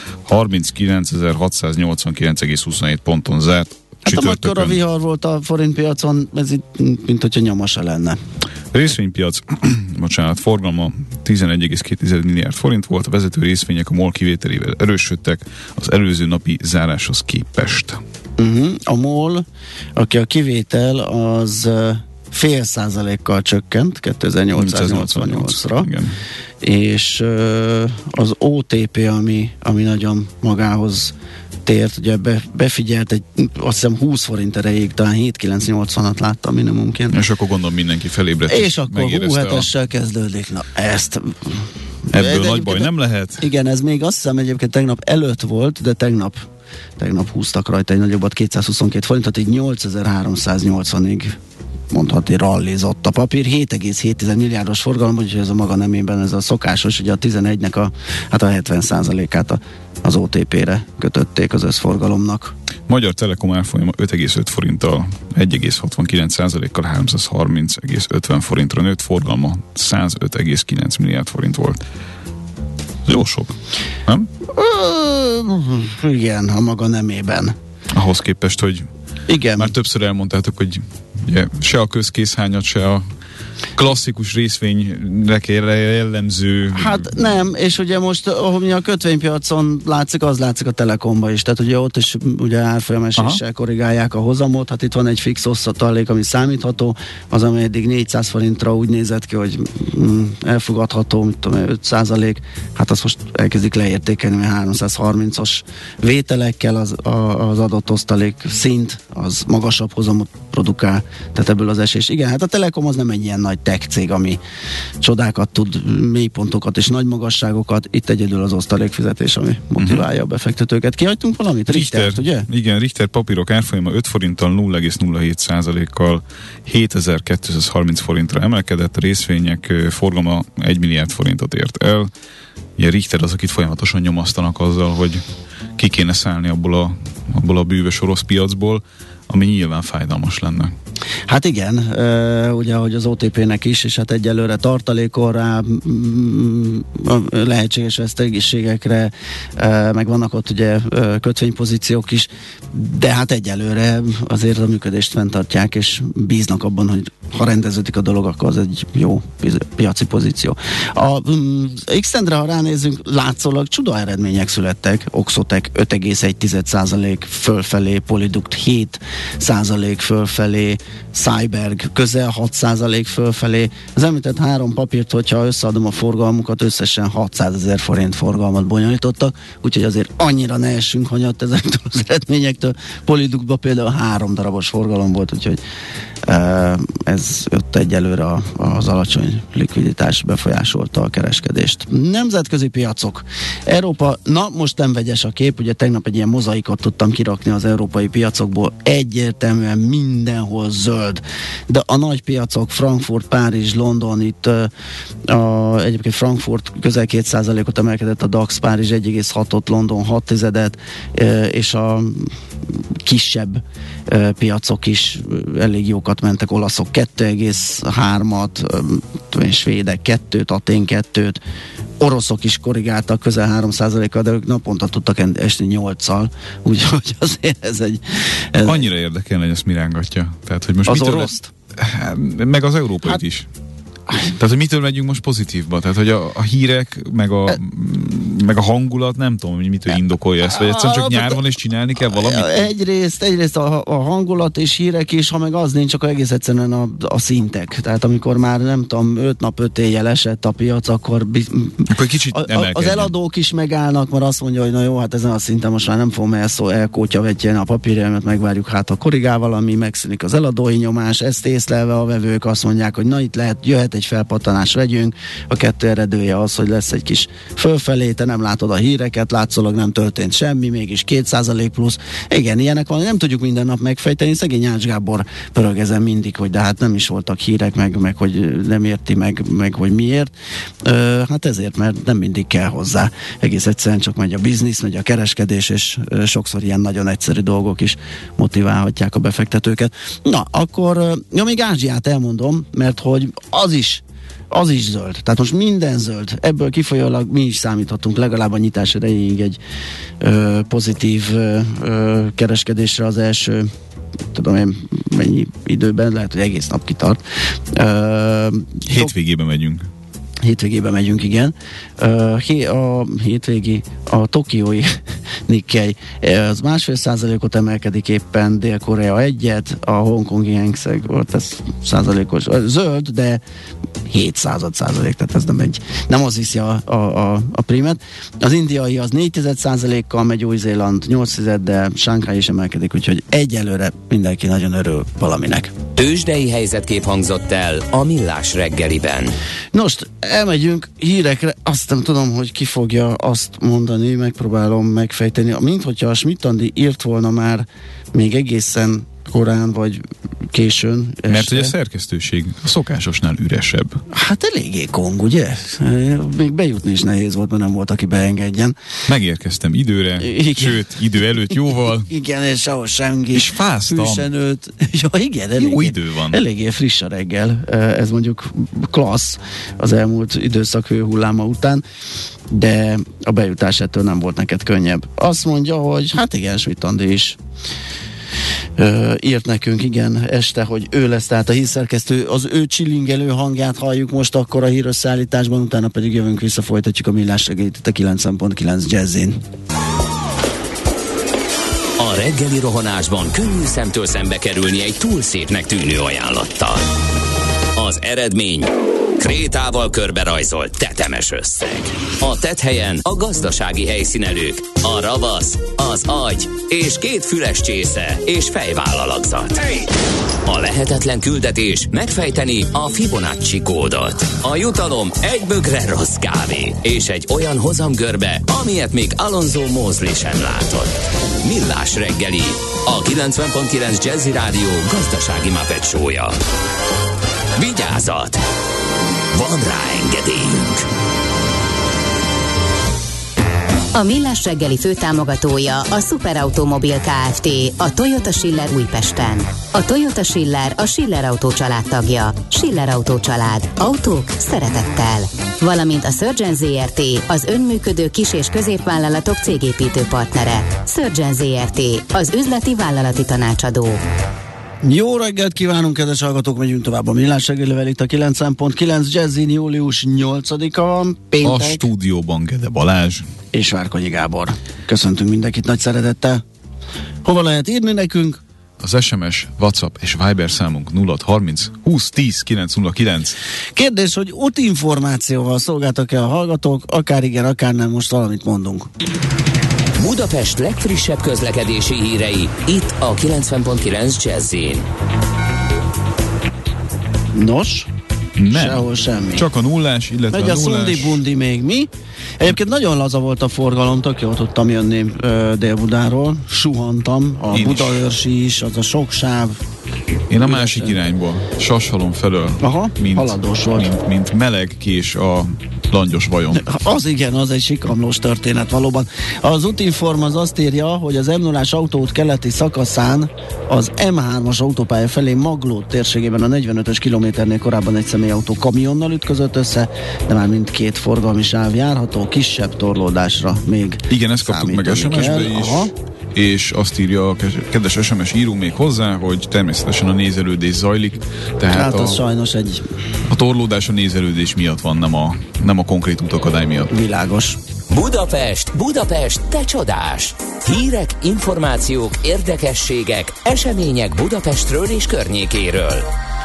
harminckilencezer-hatszáznyolcvankilenc egész huszonhét ponton zárt.
Hát amikor a vihar volt a forintpiacon, ez itt, mint hogyha nyoma se lenne.
Részvénypiac, bocsánat, forgalma tizenegy egész két milliárd forint volt, a vezető részvények a MOL kivételével erősödtek az előző napi záráshoz képest.
Uh-huh. A MOL, aki a kivétel, az uh, fél százalékkal csökkent kétezer-nyolcszáznyolcvannyolcra,
igen.
És uh, az o té pé, ami, ami nagyon magához tért, ugye be, befigyelt egy, azt hiszem húsz forint erejéig, talán hét egész kilencszáznyolcvanat láttam minimumként.
És akkor gondolom mindenki felébredt.
És akkor hú hetessel a... kezdődik. Na ezt...
Ebből de, nagy baj nem lehet?
Igen, ez még azt hiszem egyébként tegnap előtt volt, de tegnap tegnap húztak rajta egy nagyobbat, kétszázhuszonkét forintot, így nyolcezerháromszáznyolcvanig mondhatni rallizott a papír, hét egész hét milliárdos forgalom, úgyhogy ez a maga nemében ez a szokásos, ugye a tizenegynek a, hát a hetven százalékát a, az o té pére kötötték az összforgalomnak.
Magyar Telekom árfolyama öt egész öt forinttal, egy egész hatvankilenc százalékkal háromszázharminc egész ötven forintra nőtt, forgalma százöt egész kilenc milliárd forint volt. Ez jó sok, nem?
Uh, igen, a maga nemében.
Ahhoz képest, hogy
igen.
Már többször elmondtátok, hogy ugye, se a közkészhányat, se a klasszikus részvényre jellemző...
Hát nem, és ugye most, ahogy a kötvénypiacon látszik, az látszik a Telekomban is, tehát ugye ott is ugye árfolyameséssel korrigálják a hozamot, hát itt van egy fix osztalék, ami számítható, az, ami eddig négyszáz forintra úgy nézett ki, hogy mm, elfogadható, mit tudom, öt százalék, hát azt most elkezdik leértékelni, mert háromszázharmincas vételekkel az, a, az adott osztalék szint, az magasabb hozamot produkál, tehát ebből az esés. Igen, hát a Telekom az nem egy ilyen nagy tech cég, ami csodákat tud, mélypontokat és nagy magasságokat, itt egyedül az osztalékfizetés, ami motiválja uh-huh. a befektetőket. Kihagytunk valamit?
Richter,
Richter, ugye?
Igen, Richter papírok árfolyama öt forinttal nulla egész nulla hét százalékkal hétezer-kétszázharminc forintra emelkedett, a részvények forgalma egy milliárd forintot ért el. Ugye Richter az, akit folyamatosan nyomasztanak azzal, hogy ki kéne szállni abból a, abból a bűvös orosz piacból, ami nyilván fájdalmas lenne.
Hát igen, uh, ugye, hogy az o té pé-nek is, és hát egyelőre tartalékol rá, mm, lehetséges veszteségekre, uh, meg vannak ott ugye uh, kötvénypozíciók is, de hát egyelőre azért a működést fenntartják, és bíznak abban, hogy ha rendeződik a dolog, akkor az egy jó piaci pozíció. A um, X-Tendre, ha ránézzünk, látszólag csuda eredmények születtek. Oxotec öt egész egy százalék fölfelé, Polyduct hét százalék fölfelé, Cyberg közel hat százalék fölfelé. Az említett három papírt, hogyha összeadom a forgalmukat, összesen hatszázezer forint forgalmat bonyolítottak, úgyhogy azért annyira ne essünk hanyat ezektől az eredményektől. Polyductban például három darabos forgalom volt, úgyhogy ez ott egyelőre az alacsony likviditás befolyásolta a kereskedést. Nemzetközi piacok. Európa, na most nem vegyes a kép, ugye tegnap egy ilyen mozaikot tudtam kirakni az európai piacokból, egyértelműen mindenhol zöld, de a nagy piacok, Frankfurt, Párizs, London, itt a, egyébként Frankfurt közel két százalékot emelkedett, a DAX, Párizs egy egész hatot, London hat tizedet, és a kisebb piacok is elég jókat mentek, olaszok kettő egész hármat, svédek kettőt, Atén kettőt, oroszok is korrigáltak közel három százalékkal, de ők naponta tudtak esni nyolccal, úgyhogy azért ez egy... Ez
annyira érdekelne, hogy ezt mi rángatja. Tehát, hogy most
az
mitől
oroszt?
Le... meg az európait hát, is. Tehát, hogy mitől megyünk most pozitívba? Tehát, hogy a, a hírek, meg a, e, meg a hangulat, nem tudom, hogy mitől indokolja ezt, vagy egyszerűen csak nyár van, és csinálni kell valamit?
Egyrészt, egyrészt a, a hangulat és hírek is, ha meg az nincs, akkor egész egyszerűen a, a szintek. Tehát amikor már nem tudom, öt nap, öt éjjel esett a piac, akkor,
akkor kicsit
a, a, az eladók is megállnak, mert azt mondja, hogy na jó, hát ezen a szinten most már nem fogom elszó, elkótya vetjen a papírjaimat, megvárjuk, hát ha korrigál valami, megszűnik az eladói nyomás, ezt észlelve a vevők azt mondják, hogy na itt lehet, jöhet egy felpattanás, vegyünk. A kettő eredője az, hogy lesz egy kis fölfelé, te nem látod a híreket, látszólag nem történt semmi, mégis két százalék plusz. Igen, ilyenek van, nem tudjuk minden nap megfejteni. Szegény Ács Gábor pörög ezen mindig, hogy de hát nem is voltak hírek, meg, meg hogy nem érti meg, meg hogy miért. Ö, hát ezért, mert nem mindig kell hozzá. Egész egyszerűen csak megy a biznisz, megy a kereskedés, és ö, sokszor ilyen nagyon egyszerű dolgok is motiválhatják a befektetőket. Na, akkor, ja, még Ázsiát elmondom, mert hogy az is az is zöld. Tehát most minden zöld. Ebből kifolyólag mi is számíthatunk legalább a nyitás erejéig egy ö, pozitív ö, ö, kereskedésre az első, tudom én mennyi időben, lehet, hogy egész nap kitart. Ö,
Hétvégében megyünk.
Hétvégében megyünk, igen. Uh, a hétvégi, a tokiói Nikkei az másfél százalékot emelkedik éppen, Dél-Korea egyet, a hongkongi Hang Seng volt ez százalékos, zöld, de hét század százalék, tehát ez nem egy, nem az viszi a, a, a, a primet. Az indiai az négy tized százalékkal megy, Új-Zéland nyolc tized, de Shanghai is emelkedik, úgyhogy egyelőre mindenki nagyon örül valaminek.
Tőzsdei helyzetkép hangzott el a Millás reggeliben.
Nos, elmegyünk hírekre, azt nem tudom, hogy ki fogja azt mondani, megpróbálom megfejteni, mint hogyha a Schmidt-Andi írt volna már még egészen korán, vagy későn. Este.
Mert hogy a szerkesztőség a szokásosnál üresebb.
Hát eléggé kong, ugye? Még bejutni is nehéz volt, mert nem volt, aki beengedjen.
Megérkeztem időre, igen. Sőt, idő előtt jóval.
Igen, és ahol senki.
És fáztam.
Nőtt. Ja, igen, eléggé,
jó idő van.
Eléggé friss a reggel. Ez mondjuk klassz az elmúlt időszak hőhulláma után, de a bejutás ettől nem volt neked könnyebb. Azt mondja, hogy hát igen, Schmidt-Andi is Ö, írt nekünk, igen, este, hogy ő lesz, tehát a hírszerkesztő, az ő csilingelő hangját halljuk most akkor a hírösszeállításban, utána pedig jövünk vissza, folytatjuk a Millás reggelit itt a kilencven pont kilenc Jazzin.
A reggeli rohanásban könnyű szemtől szembe kerülni egy túl szépnek tűnő ajánlattal. Az eredmény krétával körberajzolt tetemes összeg. A tetthelyen a gazdasági helyszínelők, a ravasz, az agy és két füles csésze és fejvállalakzat. A lehetetlen küldetés megfejteni a Fibonacci kódot. A jutalom egy bögre rossz kávé és egy olyan hozamgörbe, amilyet még Alonso Mosley sem látott. Millás reggeli, a kilencven pont kilenc Jazzy Rádió gazdasági Muppet show-ja. Vigyázat! Van rá engedélyünk!
A Millás reggeli főtámogatója a Superautomobil Kft. A Toyota Schiller Újpesten. A Toyota Schiller a Schiller Autó család tagja. Schiller Autó család. Autók szeretettel. Valamint a Surgeon zé er té, az önműködő kis- és középvállalatok cégépítő partnere. Surgeon zé er té, az üzleti vállalati tanácsadó.
Jó reggelt kívánunk, kedves hallgatók, megyünk tovább a Millás reggelivel itt a kilenc pont kilenc Jazzin, július nyolcadika van, péntek.
A stúdióban Gede Balázs
és Várkonyi Gábor. Köszöntünk mindenkit nagy szeretettel. Hova lehet írni nekünk?
Az es em es, WhatsApp és Viber számunk nulla harminc húsz tíz kilenc nulla kilenc.
Kérdés, hogy útinformációval szolgáltak-e a hallgatók, akár igen, akár nem, most valamit mondunk.
Budapest legfrissebb közlekedési hírei, itt a kilencven pont kilenc Jazzin.
Nos,
Nem.
sehol semmi.
Csak a nullás, illetve
Megy
a
a
nullás.
szundi-bundi még mi. Egyébként nagyon laza volt a forgalom, tök jól tudtam jönni ö, Dél-Budáról. Suhantam, a
Én
Budaörsi is, az a sok sáv.
Én a másik irányból, Sashalom felől.
Aha,
mint,
haladós volt.
Mint, mint meleg kés a langyos vajon.
Az igen, az egy sikamlós történet valóban. Az útinform az azt írja, hogy az em nullás autóút keleti szakaszán az em hármas autópálya felé Maglód térségében a negyvenötös kilométernél korábban egy személyautó kamionnal ütközött össze, de már mindkét forgalmi sáv járható, kisebb torlódásra még
Igen, ezt kaptuk meg es em es-be is.
Aha.
És azt írja a kedves es em es író még hozzá, hogy természetesen a nézelődés zajlik, tehát
Hát
a,
az sajnos egy
a torlódás a nézelődés miatt van, nem a, nem a konkrét útakadály miatt.
világos.
Budapest, Budapest, te csodás! Hírek, információk, érdekességek, események Budapestről és környékéről.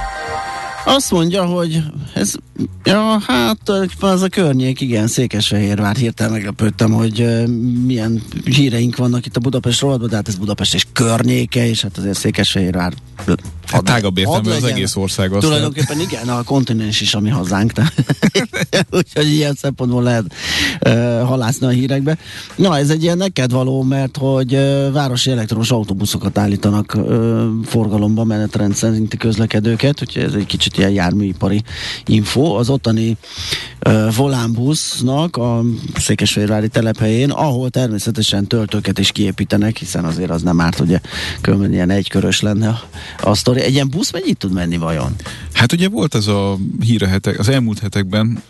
Azt mondja, hogy ez, ja, hát az a környék, igen, Székesfehérvár, hirtelen meglepődtem, hogy uh, milyen híreink vannak itt a Budapest rovatban, de hát ez Budapest és környéke, és hát azért Székesfehérvár
Hát tágabb értelemben az egész ország azt.
Tulajdonképpen igen, a kontinens is, ami hazánk. Úgyhogy ilyen szempontból lehet uh, halászni a hírekbe. Na, ez egy ilyen neked való, mert hogy uh, városi elektromos autóbuszokat állítanak uh, forgalomba, menetrend szerinti közlekedőket, úgyhogy ez egy kicsit ilyen járműipari info. Az ottani uh, volánbusznak a székesfehérvári telephelyén, ahol természetesen töltőket is kiépítenek, hiszen azért az nem árt, ugye különben ilyen egykörös lenne a, a sztori. Egy ilyen busz mennyit tud menni vajon?
Hát ugye volt ez a hír a hetek, az elmúlt hetekben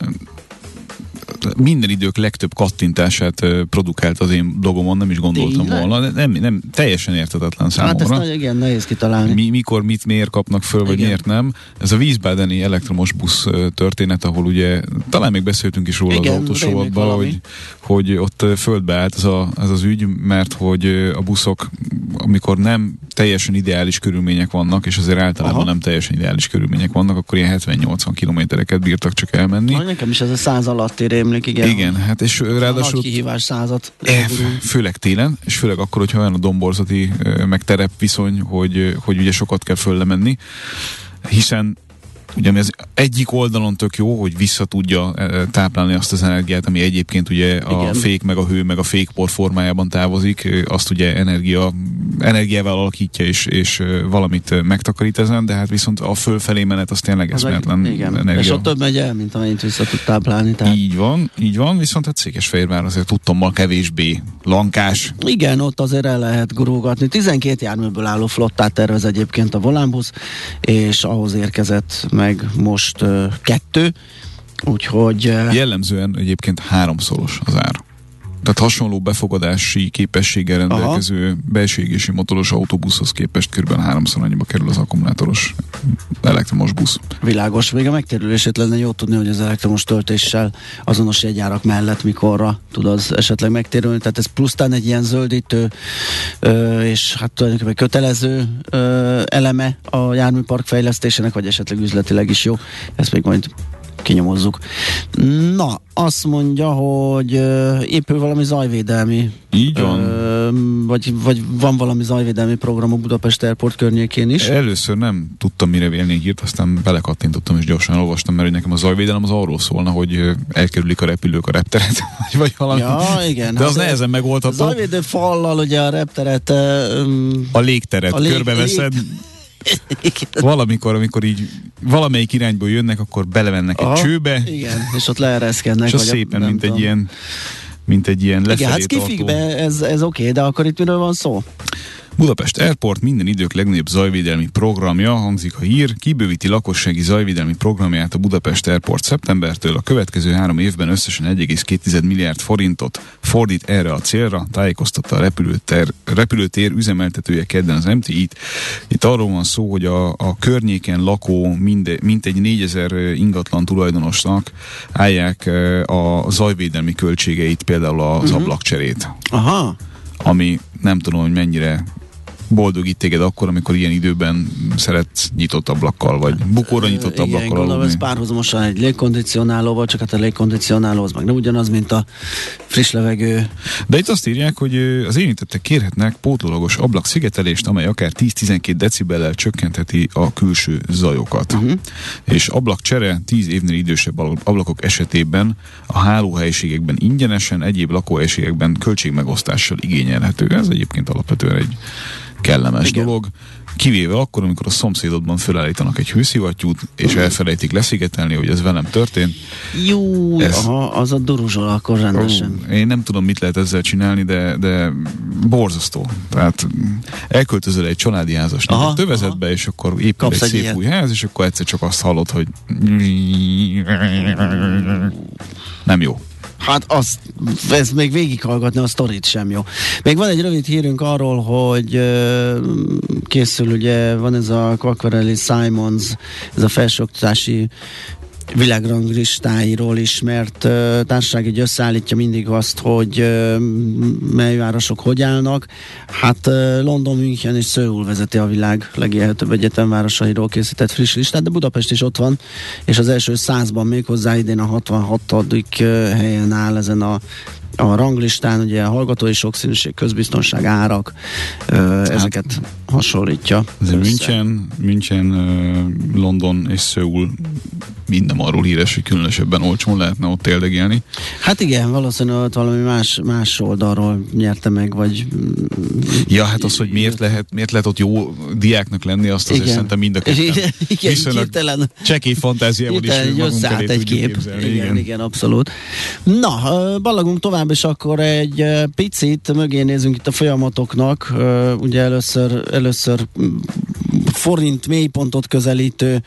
minden idők legtöbb kattintását uh, produkált az én blogomon, nem is gondoltam
Tényleg?
volna. Nem, nem, teljesen érthetetlen számomra.
Hát ezt nagy, igen, nehéz kitalálni.
Mi, mikor, mit, miért kapnak föl, vagy
Igen.
miért nem. Ez a Wiesbadeni elektromos busz uh, történet, ahol ugye, talán még beszéltünk is róla
Igen,
az autósovatban, hogy, hogy ott uh, földbe állt ez, a, ez az ügy, mert hogy uh, a buszok, amikor nem teljesen ideális körülmények vannak, és azért általában
Aha.
nem teljesen ideális körülmények vannak, akkor ilyen hetven-nyolcvan kilométereket bírtak csak elmenni.
Na, nekem is ez a száz alatti rémlik, igen.
Igen, hát és
A
ráadásul
nagy kihívás százat.
E, főleg télen, és főleg akkor, hogyha olyan a domborzati meg terep viszony, hogy, hogy ugye sokat kell föllemenni, hiszen ugye az egyik oldalon tök jó, hogy vissza tudja táplálni azt az energiát, ami egyébként ugye a
Igen.
fék, meg a hő, meg a fékpor formájában távozik, azt ugye energia, energiával alakítja, és, és valamit megtakarít ezen, de hát viszont a fölfelé menet az tényleg eszméletlen energia.
És ott több megy el, mint amennyit vissza tud táplálni. Tehát.
Így van, így van, viszont hát Székesfehérvár azért tudtommal kevésbé lankás.
Igen, ott azért el lehet gurulgatni. tizenkét járműből álló flottát tervez egyébként a volánbusz, és ahhoz érkezett meg most uh, kettő, úgyhogy... Uh,
Jellemzően egyébként háromszoros az ár. Tehát hasonló befogadási képességgel rendelkező Aha. belső égési motoros autóbuszhoz képest kb. háromszor annyiba kerül az akkumulátoros elektromos busz.
Világos. Még a megtérülését lenne jó tudni, hogy az elektromos töltéssel azonos jegyárak mellett mikorra tud az esetleg megtérülni. Tehát ez plusztán egy ilyen zöldítő ö, és hát tulajdonképpen kötelező ö, eleme a járműpark fejlesztésének, vagy esetleg üzletileg is jó. Ezt még majd kinyomozzuk. Na, azt mondja, hogy ö, épül valami zajvédelmi
Így van.
Ö, vagy, vagy van valami zajvédelmi program a Budapest Airport környékén is.
Először nem tudtam mire vélni egy hírt, aztán belekattintottam és gyorsan olvastam, mert nekem a zajvédelem az arról szólna, hogy elkerülik a repülők a repteret, vagy valami.
Ja, igen.
De az
hát
nehezen megoldható.
A zajvédő fallal ugye a repteret um,
a légteret
a lég,
körbeveszed.
Lég...
Valamikor, amikor így valamelyik irányból jönnek, akkor belemennek Aha, egy csőbe.
Igen, és ott leereszkednek.
És az szépen, mint tudom. egy ilyen mint egy ilyen lefelé
Igen, hát
tartó...
skifikbe ez, ez oké, okay, de akkor itt miről van szó?
Budapest Airport minden idők legnagyobb zajvédelmi programja, hangzik a hír, kibővíti lakossági zajvédelmi programját a Budapest Airport szeptembertől, a következő három évben összesen egy egész két milliárd forintot fordít erre a célra, tájékoztatta a repülőtér, repülőtér üzemeltetője kedden az em té í-t. Itt arról van szó, hogy a, a környéken lakó minde, mintegy négyezer ingatlan tulajdonosnak állják a zajvédelmi költségeit, például az uh-huh. ablakcserét.
Aha.
Ami nem tudom, hogy mennyire boldogít téged akkor, amikor ilyen időben szeretsz nyitott ablakkal, vagy bukóra nyitott
igen,
ablakkal
gondolom,
aludni.
ez párhuzamosan egy légkondicionálóval, csak hát a légkondicionáló az meg nem ugyanaz, mint a friss levegő.
De itt azt írják, hogy az érintettek kérhetnek pótlólagos ablakszigetelést, amely akár tíz-tizenkét decibellel csökkentheti a külső zajokat. Uh-huh. És ablakcsere tíz évnél idősebb ablakok esetében a hálóhelyiségekben ingyenesen, egyéb lakóhelyiségekben költségmegosztással igényelhető. Ez egyébként alapvetően egy kellemes Igen. dolog, kivéve akkor, amikor a szomszédodban felállítanak egy hőszivattyút, és elfelejtik leszigetelni, hogy ez velem történt.
Jó, ez... aha, az a duruzsol akkor rendesen.
Én nem tudom, mit lehet ezzel csinálni, de, de borzasztó. Tehát elköltözöl egy családi házasnak a tövezetbe, aha. és akkor épül Kapsz egy szép ilyet. Új ház, és akkor egyszer csak azt hallod, hogy nem jó.
Hát azt, ez még végighallgatni a sztorit sem jó. Még van egy rövid hírünk arról, hogy uh, készül, ugye van ez a Quacquarelli Simons, ez a felsőoktatási világranglistáiról ismert uh, társaság így összeállítja mindig azt, hogy uh, mely városok hogy állnak. Hát uh, London, München és Szöul vezeti a világ legélhetőbb egyetemvárosairól készített friss listát, de Budapest is ott van, és az első százban méghozzá idén a hatvanhatodik uh, helyen áll ezen a a ranglistán, ugye a hallgatói sokszínűség, közbiztonság, árak, ö, ezeket hát, hasonlítja.
München, München, London és Szöul minden arról híres, hogy különösebben olcsón lehetne ott érdekelni.
Hát igen, valószínűleg ott valami más, más oldalról nyerte meg, vagy...
Ja, hát az, hogy miért lehet, miért lehet ott jó diáknak lenni, azt azért szerintem mind a ketten viszonylag csekély fantáziával is magunk elé tudjuk kép. Képzelni.
Igen, igen, igen, abszolút. Na, ballagunk tovább, és akkor egy picit mögé nézünk itt a folyamatoknak. Ugye először, először forint mélypontot közelítő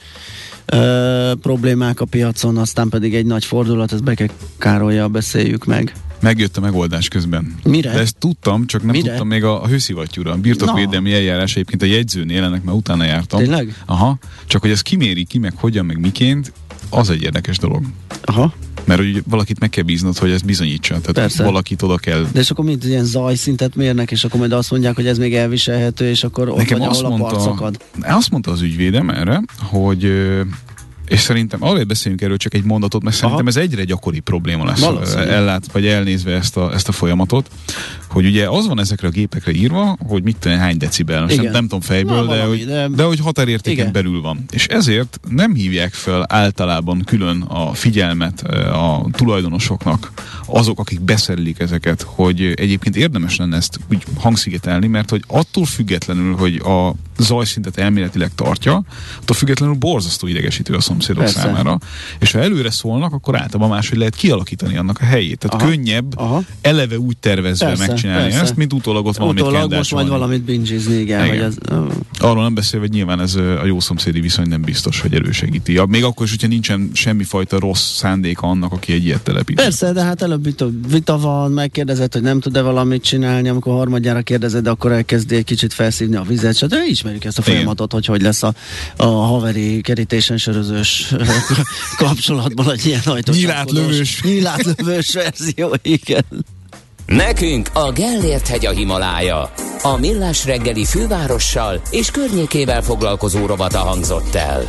Uh, problémák a piacon, aztán pedig egy nagy fordulat, ezt Beke Károlyjal beszéljük meg.
Megjött a megoldás közben.
Mire?
De ezt tudtam, csak nem
Mire?
tudtam még a, a hőszivattyúra. A birtokvédelmi eljárás egyébként a jegyzőnél, ennek már utána jártam.
Tényleg?
Aha, csak hogy ezt kiméri ki, meg hogyan, meg miként, az egy érdekes dolog.
Aha.
Mert hogy valakit meg kell bíznod, hogy ezt bizonyítsa. Tehát
Persze.
valakit oda kell.
De és akkor mint ilyen zajszintet mérnek, és akkor majd azt mondják, hogy ez még elviselhető, és akkor ott
Nekem
vagy,
azt
ahol
mondta,
a parcokad.
Azt mondta az ügyvédem erre, hogy és szerintem, azért beszélünk erről csak egy mondatot, mert Aha. szerintem ez egyre gyakori probléma lesz ellát, vagy elnézve ezt a, ezt a folyamatot, hogy ugye az van ezekre a gépekre írva, hogy mit tudom, hány decibel, most nem, nem tudom fejből, Na, de, valami, hogy, de... de hogy határértéken Igen. belül van. És ezért nem hívják fel általában külön a figyelmet a tulajdonosoknak, azok, akik beszerelik ezeket, hogy egyébként érdemes lenne ezt úgy hangszigetelni, mert hogy attól függetlenül, hogy a zajszintet elméletileg tartja, attól függetlenül borzasztó idegesítő a szomszédok Persze. számára. És ha előre szólnak, akkor általában máshogy lehet kialakítani annak a helyét. Tehát aha, könnyebb aha. eleve úgy tervezve persze, megcsinálni persze. ezt, mint utólag ott valamit
utólag
kell
most majd valamit bingizni, igen. igen. Ez, uh.
Arról nem beszélve, hogy nyilván ez a jó szomszédi viszony nem biztos, hogy elősegíti. Ja, még akkor is, hogyha nincsen semmifajta rossz szándéka annak, aki egy ilyet telepít.
Persze, de hát előbb vita van, megkérdezed, hogy nem tud-e valamit csinálni, amikor harmadjára kérdezed, akkor elkezdi egy kicsit felszívni a vizet, stb. Ismerjük ezt a folyamatot, hogy hogy lesz a, a haveri kerítésen sörözős kapcsolatban egy ilyen ajtós.
Nyilátlövős.
Nyilátlövős verzió, igen.
Nekünk a Gellért hegy a Himalája. A Millás reggeli fővárossal és környékével foglalkozó rovata hangzott el.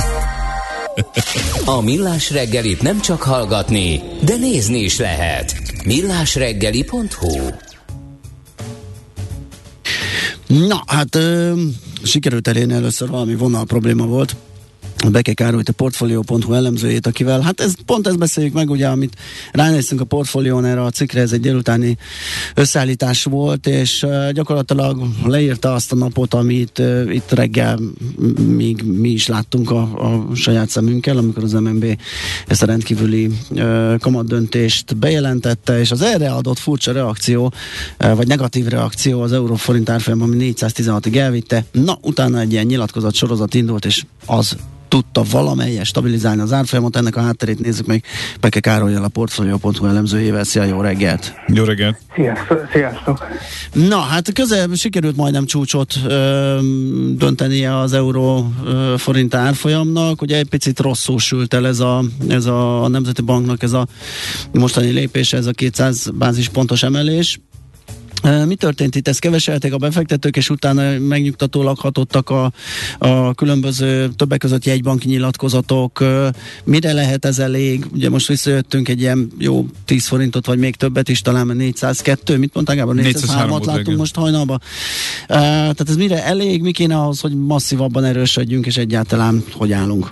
A Millás reggelit nem csak hallgatni, de nézni is lehet. millásreggeli pont hu.
Na, hát ö, sikerült elérni, először valami vonal probléma volt. Beke Károlyt, a Portfolio pont hu elemzőjét, akivel, hát ez, pont ezt beszéljük meg, ugye, amit ránéztünk a Portfolión erre a cikkre, ez egy délutáni összeállítás volt, és uh, gyakorlatilag leírta azt a napot, amit uh, itt reggel még mi is láttunk a, a saját szemünkkel, amikor az em en bé ezt a rendkívüli uh, kamatdöntést bejelentette, és az erre adott furcsa reakció, uh, vagy negatív reakció az euró-forint árfolyam, ami négyszáztizenhatig elvitte. Na, utána egy ilyen nyilatkozat sorozat indult, és az tudta valamelyes stabilizálni az árfolyamot. Ennek a hátterét nézzük meg Beke Károlyal, a Portfolio pont hu elemzőjével. Szia, jó reggelt!
Jó reggelt!
Sziasztok! Sziasztok.
Na, hát közel sikerült majdnem csúcsot ö, döntenie az euró ö, forint árfolyamnak. Ugye egy picit rosszul sült el ez a, ez a, a Nemzeti Banknak ez a mostani lépése, ez a kétszáz bázispontos emelés. Mi történt itt? Ezt keveselték a befektetők, és utána megnyugtatólag hatottak a, a különböző többek között jegybanki nyilatkozatok. Mire lehet ez elég? Ugye most visszajöttünk egy ilyen jó tíz forintot, vagy még többet is, talán négyszázkettő, mit mondták Gábor? négyszázhármat láttunk reggel. Most hajnalban. Uh, tehát ez mire elég? Mi kéne ahhoz, hogy masszívabban erősödjünk, és egyáltalán hogy állunk?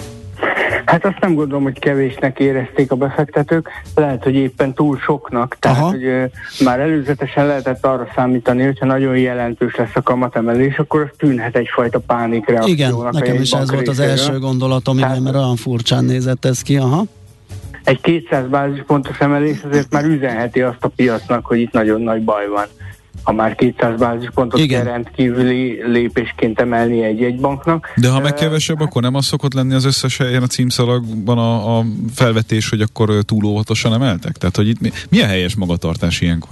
Hát azt nem gondolom, hogy kevésnek érezték a befektetők, lehet, hogy éppen túl soknak, tehát
Aha.
hogy uh, már előzetesen lehetett arra számítani, hogyha nagyon jelentős lesz a kamatemelés, akkor az tűnhet egyfajta pánikreakciónak.
Igen, nekem is ez volt az első gondolatom, igen, mert olyan furcsán nézett ez ki, aha.
Egy kétszáz bázispontos emelés azért már üzenheti azt a piacnak, hogy itt nagyon nagy baj van. Ha már kétszáz bázispontot kell rendkívüli lépésként emelni egy-egy banknak.
De ha meg kevesebb, akkor nem az szokott lenni az összes helyen a címszalagban a, a felvetés, hogy akkor túl óvatosan emeltek? Tehát, hogy itt mi, mi a helyes magatartás ilyenkor?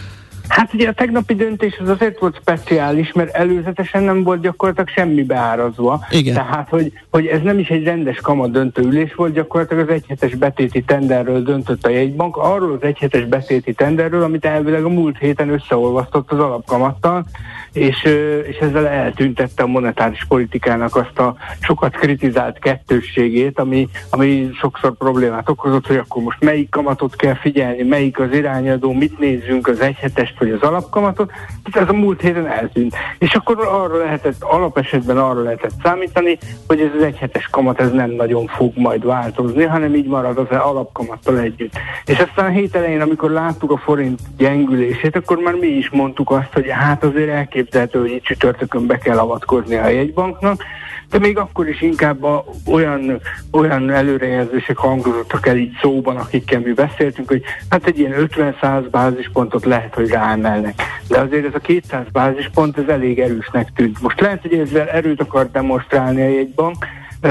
Hát ugye a tegnapi döntés az azért volt speciális, mert előzetesen nem volt gyakorlatilag semmi beárazva.
Igen.
Tehát, hogy, hogy ez nem is egy rendes kamat döntő ülés volt, gyakorlatilag az egyhetes betéti tenderről döntött a jegybank, arról az egyhetes betéti tenderről, amit elvileg a múlt héten összeolvasztott az alapkamattal, és, és ezzel eltüntette a monetáris politikának azt a sokat kritizált kettősségét, ami, ami sokszor problémát okozott, hogy akkor most melyik kamatot kell figyelni, melyik az irányadó, mit nézzünk, az egyhetest vagy az alapkamatot, ez a múlt héten eltűnt. És akkor arra lehetett, alapesetben arra lehetett számítani, hogy ez az egyhetes kamat ez nem nagyon fog majd változni, hanem így marad az alapkamattal együtt. És aztán a hét elején, amikor láttuk a forint gyengülését, akkor már mi is mondtuk azt, hogy hát azért elképzelhető, hogy itt csütörtökön be kell avatkozni a jegybanknak, de még akkor is inkább a, olyan, olyan előrejelzések hangzottak el így szóban, akikkel mi beszéltünk, hogy hát egy ilyen ötven-száz bázispontot lehet, hogy ráemelnek. De azért ez a kétszáz bázispont, ez elég erősnek tűnt. Most lehet, hogy ezzel erőt akar demonstrálni a jegybank.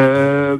Ö,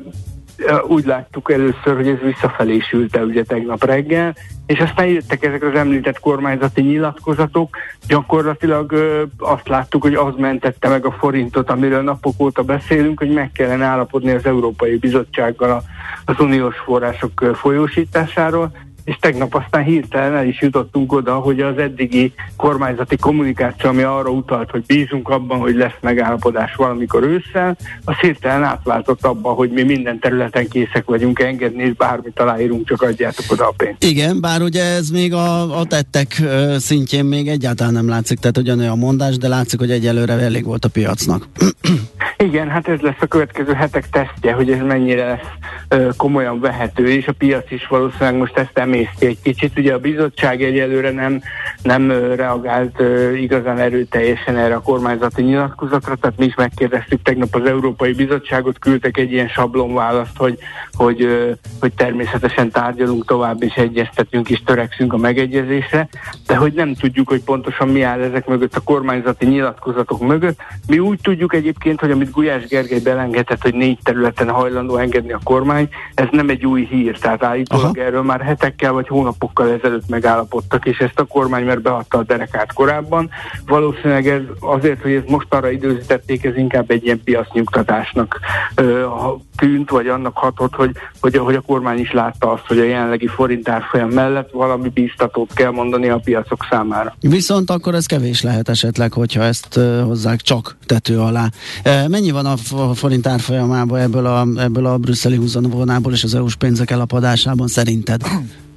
úgy láttuk először, hogy ez visszafelé sült el ugye tegnap reggel, és aztán jöttek ezek az említett kormányzati nyilatkozatok, gyakorlatilag ö, azt láttuk, hogy az mentette meg a forintot, amiről napok óta beszélünk, hogy meg kellene állapodni az Európai Bizottsággal a, az uniós források ö, folyósításáról, és tegnap aztán hirtelen el is jutottunk oda, hogy az eddigi kormányzati kommunikáció, ami arra utalt, hogy bízunk abban, hogy lesz megállapodás valamikor ősszel, az hirtelen átváltott abban, hogy mi minden területen készek vagyunk engedni, és bármit aláírunk, csak adjátok oda a pénzt.
Igen, bár ugye ez még a, a tettek szintjén még egyáltalán nem látszik, tehát ugyanolyan mondás, de látszik, hogy egyelőre elég volt a piacnak.
Igen, hát ez lesz a következő hetek tesztje, hogy ez mennyire lesz ö, komolyan vehető, és a piac is valószínűleg most ezt emészti egy kicsit. Ugye a bizottság egyelőre nem, nem ö, reagált ö, igazán erőteljesen erre a kormányzati nyilatkozatra, tehát mi is megkérdeztük tegnap az Európai Bizottságot, küldtek egy ilyen sablonválaszt, hogy, hogy, ö, hogy természetesen tárgyalunk tovább, és egyeztetünk, és törekszünk a megegyezésre, de hogy nem tudjuk, hogy pontosan mi áll ezek mögött, a kormányzati nyilatkozatok mögött. Mi úgy tudjuk egyébként, hogy amit Gulyás Gergely belengedett, hogy négy területen hajlandó engedni a kormány, ez nem egy új hír, tehát állítólag Aha. erről már hetekkel vagy hónapokkal ezelőtt megállapodtak, és ezt a kormány már beadta a derekát korábban. Valószínűleg ez azért, hogy ez most arra időzítették, ez inkább egy ilyen piacnyugtatásnak ö, tűnt, vagy annak hatott, hogy, hogy, hogy a kormány is látta azt, hogy a jelenlegi forint árfolyam mellett valami bíztatót kell mondani a piacok számára.
Viszont akkor ez kevés lehet esetleg, hogyha ezt uh, hozzák csak tető alá. Uh, mennyi van a forint árfolyamában ebből a, ebből a brüsszeli húzavónából és az é u-s pénzek elapadásában szerinted?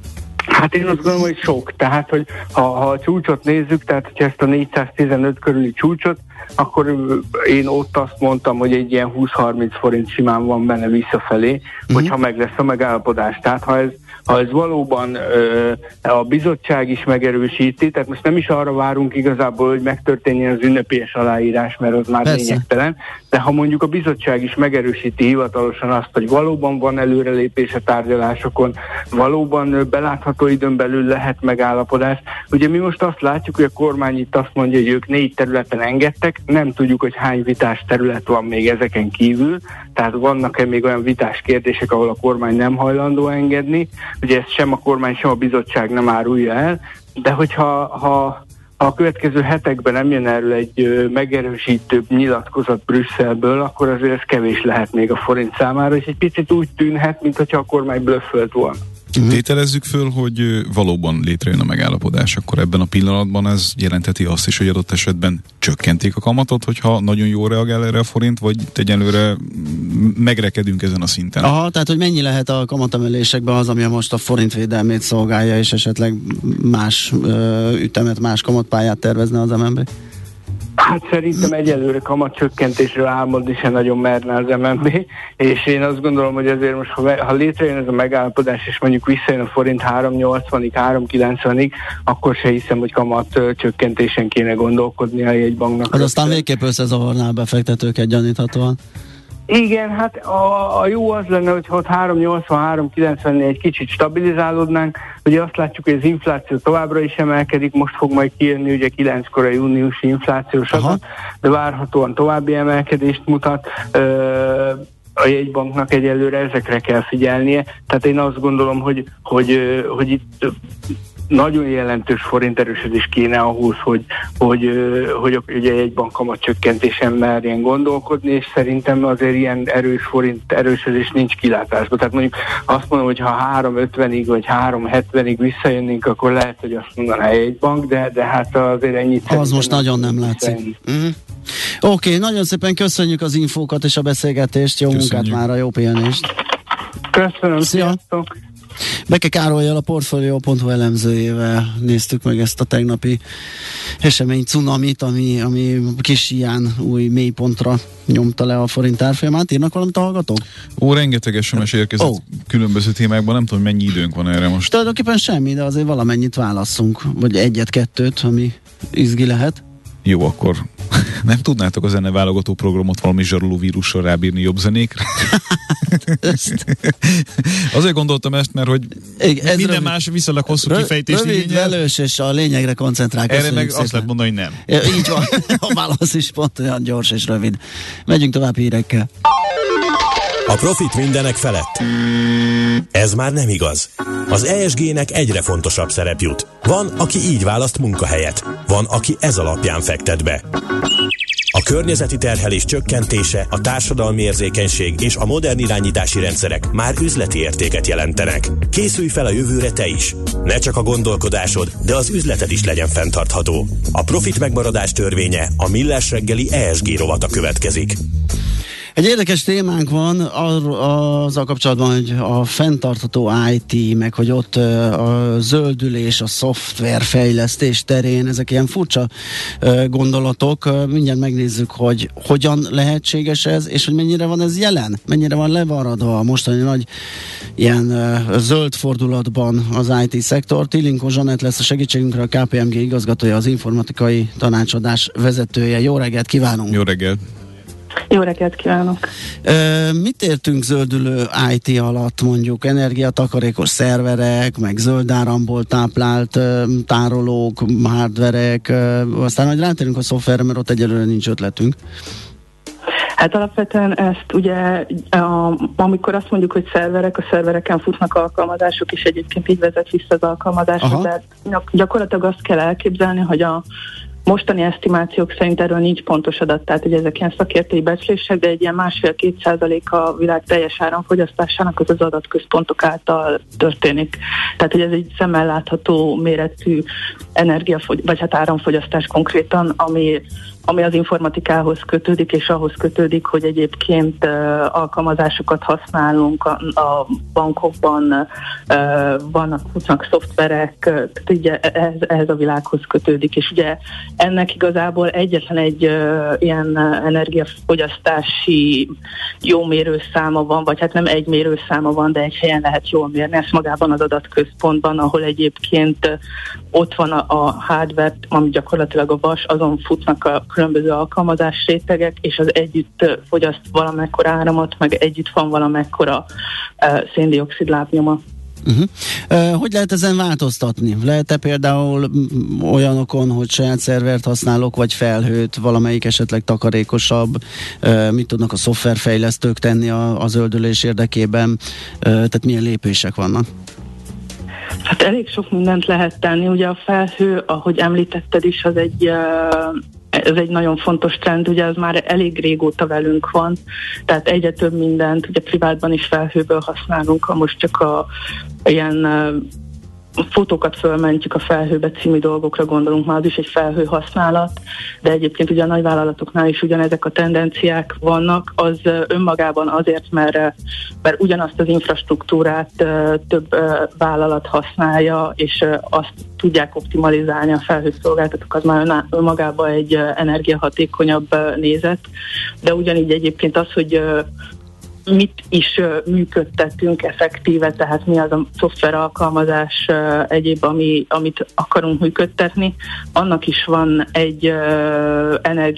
Hát én azt gondolom, hogy sok. Tehát, hogy ha, ha a csúcsot nézzük, tehát hogyha ezt a négyszáztizenöt körüli csúcsot, akkor én ott azt mondtam, hogy egy ilyen húsz-harminc forint simán van benne visszafelé, mm-hmm. hogyha meg lesz a megállapodás. Tehát ha ez, ha ez valóban ö, a bizottság is megerősíti, tehát most nem is arra várunk igazából, hogy megtörténjen az ünnepélyes aláírás, mert az már Persze. lényegtelen, de ha mondjuk a bizottság is megerősíti hivatalosan azt, hogy valóban van előrelépés a tárgyalásokon, valóban belátható időn belül lehet megállapodás. Ugye mi most azt látjuk, hogy a kormány itt azt mondja, hogy ők négy területen engedtek, nem tudjuk, hogy hány vitás terület van még ezeken kívül, tehát vannak-e még olyan vitás kérdések, ahol a kormány nem hajlandó engedni, ugye ezt sem a kormány, sem a bizottság nem árulja el, de hogyha ha ha a következő hetekben nem jön erről egy ö, megerősítőbb nyilatkozat Brüsszelből, akkor azért ez kevés lehet még a forint számára, és egy picit úgy tűnhet, mintha a kormány blöffölt volna.
Tételezzük föl, hogy valóban létrejön a megállapodás, akkor ebben a pillanatban ez jelentheti azt is, hogy adott esetben csökkentik a kamatot, hogyha nagyon jól reagál erre a forint, vagy egyelőre megrekedünk ezen a szinten.
Aha, tehát hogy mennyi lehet a kamatemelésekben az, ami most a forint védelmét szolgálja, és esetleg más ö, ütemet, más kamatpályát tervezne az em en bé?
Hát szerintem egyelőre kamatcsökkentésről álmodni se nagyon merne az em en bé, és én azt gondolom, hogy azért most, ha, ha létrejön ez a megállapodás, és mondjuk visszajön a forint három nyolcvanig, három kilencvenig, akkor se hiszem, hogy kamat csökkentésen kéne gondolkodni a jegybanknak.
Az aztán végképp összezavarná a befektetőket gyaníthatóan.
Igen, hát a, a jó az lenne, hogyha ott három nyolcvan, három kilencvennél egy kicsit stabilizálódnánk. Ugye azt látjuk, hogy az infláció továbbra is emelkedik, most fog majd kijönni ugye kilenckor a júniusi inflációs adat, de várhatóan további emelkedést mutat. Ö, a jegybanknak egyelőre ezekre kell figyelnie. Tehát én azt gondolom, hogy, hogy, hogy itt nagyon jelentős forinterősödés kéne ahhoz, hogy, hogy, hogy ugye egy bank kamatcsökkentésen merjen gondolkodni, és szerintem azért ilyen erős forint erősödés nincs kilátásban. Tehát mondjuk azt mondom, hogy ha három ötvenig vagy három hetvenig visszajönnénk, akkor lehet, hogy azt mondaná egy bank, de, de hát azért ennyit...
Az most nagyon nem látszik. Mm. Oké, okay, nagyon szépen köszönjük az infókat és a beszélgetést, jó köszönjük. Munkát mára, jó pihenést!
Köszönöm,
szia!
Sziasztok.
Beke Károlyal, a Portfolio pont hu elemzőjével néztük meg ezt a tegnapi esemény cunamit, ami, ami kis ilyen új mélypontra nyomta le a forint árfolyamát. Írnak valamit a hallgatók?
Ó, rengeteg es em es érkezett oh. különböző témákban, nem tudom, mennyi időnk van erre most.
Tulajdonképpen semmi, de azért valamennyit válasszunk, vagy egyet-kettőt, ami izgi lehet.
Jó, akkor nem tudnátok a zeneválogató programot valami zsaroló vírussal rábírni jobb zenékre? Azért gondoltam ezt, mert hogy igen, minden rövid, más viszonylag hosszú rövid, kifejtést
rövid, igényel. Velős, és a lényegre koncentrál.
Erre meg szépen. Azt lehet mondani, hogy nem.
Ja, így van, a válasz is pont olyan gyors és rövid. Megyünk tovább hírekkel.
A profit mindenek felett. Ez már nem igaz. Az é es gé-nek egyre fontosabb szerep jut. Van, aki így választ munkahelyet. Van, aki ez alapján fektet be. A környezeti terhelés csökkentése, a társadalmi érzékenység és a modern irányítási rendszerek már üzleti értéket jelentenek. Készülj fel a jövőre te is. Ne csak a gondolkodásod, de az üzleted is legyen fenntartható. A profit megmaradás törvénye, a Millás reggeli é es gé rovata következik.
Egy érdekes témánk van azzal kapcsolatban, hogy a fenntartható i té, meg hogy ott a zöldülés, a szoftverfejlesztés terén, ezek ilyen furcsa gondolatok. Mindjárt megnézzük, hogy hogyan lehetséges ez, és hogy mennyire van ez jelen, mennyire van levaradva a mostani nagy ilyen zöld fordulatban az i té szektor. Tilinkó Zsanett lesz a segítségünkre, a ká pé em gé igazgatója, az informatikai tanácsadás vezetője. Jó reggelt kívánunk!
Jó reggelt!
Jó reggelt kívánok!
E, mit értünk zöldülő i té alatt, mondjuk energiatakarékos szerverek, meg zöld áramból táplált e, tárolók, hardverek, e, aztán hogy rátérünk a szoftverre, mert ott egyelőre nincs ötletünk.
Hát alapvetően ezt ugye, a, amikor azt mondjuk, hogy szerverek, a szervereken futnak alkalmazások, és egyébként így vezet vissza az alkalmazásra, de gyakorlatilag azt kell elképzelni, hogy a mostani esztimációk szerint erről nincs pontos adat, tehát hogy ezek ilyen szakértői becslések, de egy ilyen másfél-két százalék a világ teljes áramfogyasztásának az az adatközpontok által történik. Tehát, hogy ez egy szemmel látható méretű energiafogy, vagy hát áramfogyasztás konkrétan, ami ami az informatikához kötődik, és ahhoz kötődik, hogy egyébként uh, alkalmazásokat használunk a, a bankokban, uh, vannak futnak szoftverek, uh, tehát ugye ehhez, ehhez a világhoz kötődik, és ugye ennek igazából egyetlen egy uh, ilyen energiafogyasztási jó mérőszáma van, vagy hát nem egy mérőszáma van, de egy helyen lehet jól mérni, ezt magában az adatközpontban, ahol egyébként uh, ott van a, a hardware, ami gyakorlatilag a vas, azon futnak a különböző alkalmazás rétegek, és az együtt fogyaszt valamekkora áramot, meg együtt van valamekkora uh, széndioxid lábnyoma.
Uh-huh. Uh, hogy lehet ezen változtatni? Lehet-e például olyanokon, hogy saját szervert használok, vagy felhőt, valamelyik esetleg takarékosabb, uh, mit tudnak a szoftverfejlesztők tenni a, a zöldülés érdekében? Uh, tehát milyen lépések vannak?
Hát elég sok mindent lehet tenni. Ugye a felhő, ahogy említetted is, az egy, ez egy nagyon fontos trend, ugye az már elég régóta velünk van, tehát egyre több mindent, ugye privátban is felhőből használunk, ha most csak a ilyen fotókat fölmentjük a felhőbe című dolgokra gondolunk, már az is egy felhő használat, de egyébként ugye a nagyvállalatoknál is ugyanezek a tendenciák vannak, az önmagában azért, mert, mert ugyanazt az infrastruktúrát több vállalat használja, és azt tudják optimalizálni a felhőszolgáltatók, az már önmagában egy energiahatékonyabb nézet, de ugyanígy egyébként az, hogy mit is uh, működtetünk effektíve, tehát mi az a szoftver alkalmazás uh, egyéb, ami, amit akarunk működtetni, annak is van egy uh,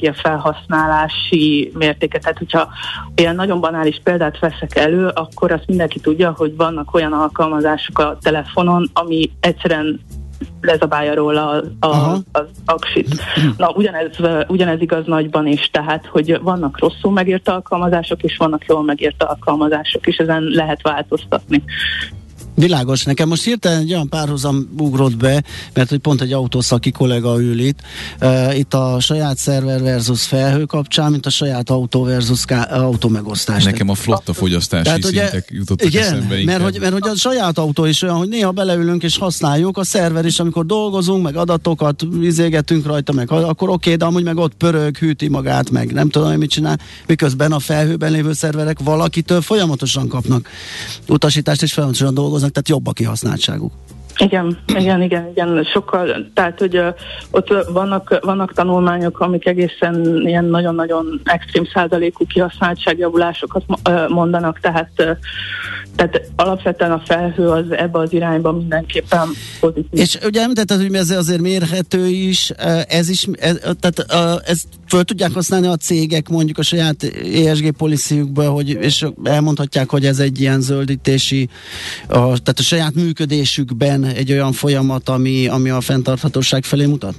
energiafelhasználási mértéke. Tehát, hogyha ilyen nagyon banális példát veszek elő, akkor azt mindenki tudja, hogy vannak olyan alkalmazások a telefonon, ami egyszerűen lezabálja róla az, az, az aksit. Na, ugyanez, ugyanez igaz nagyban is, tehát, hogy vannak rosszul megírt alkalmazások, és vannak jól megírt alkalmazások, és ezen lehet változtatni.
Világos. Nekem most hirtelen egy olyan párhuzam ugrott be, mert hogy pont egy autószaki kollega ül itt. Uh, itt a saját szerver versus felhő kapcsán, mint a saját autó versus ká- autó megosztás.
Nekem a flotta fogyasztási tehát, szintek ugye, jutottak igen, eszembe
mert hogy, mert hogy a saját autó is olyan, hogy néha beleülünk és használjuk, a szerver is, amikor dolgozunk, meg adatokat izégetünk rajta, meg akkor oké, okay, de amúgy meg ott pörög, hűti magát, meg nem tudom, hogy mit csinál, miközben a felhőben lévő szerverek valakitől folyamatosan kapnak utasítást, és folyamatosan dolgoznak, tehát jobb a kihasználtságuk.
Igen, igen, igen, igen, sokkal, tehát, hogy uh, ott vannak, vannak tanulmányok, amik egészen ilyen nagyon-nagyon extrém százalékú kihasználtságjavulásokat uh, mondanak, tehát, uh, tehát alapvetően a felhő az ebbe az irányba mindenképpen pozitív.
És ugye említetted, hogy ez azért mérhető is, ez is, ez, tehát ezt föl tudják használni a cégek mondjuk a saját é es gé policyjükből, hogy, és elmondhatják, hogy ez egy ilyen zöldítési, a, tehát a saját működésükben egy olyan folyamat, ami, ami a fenntarthatóság felé mutat?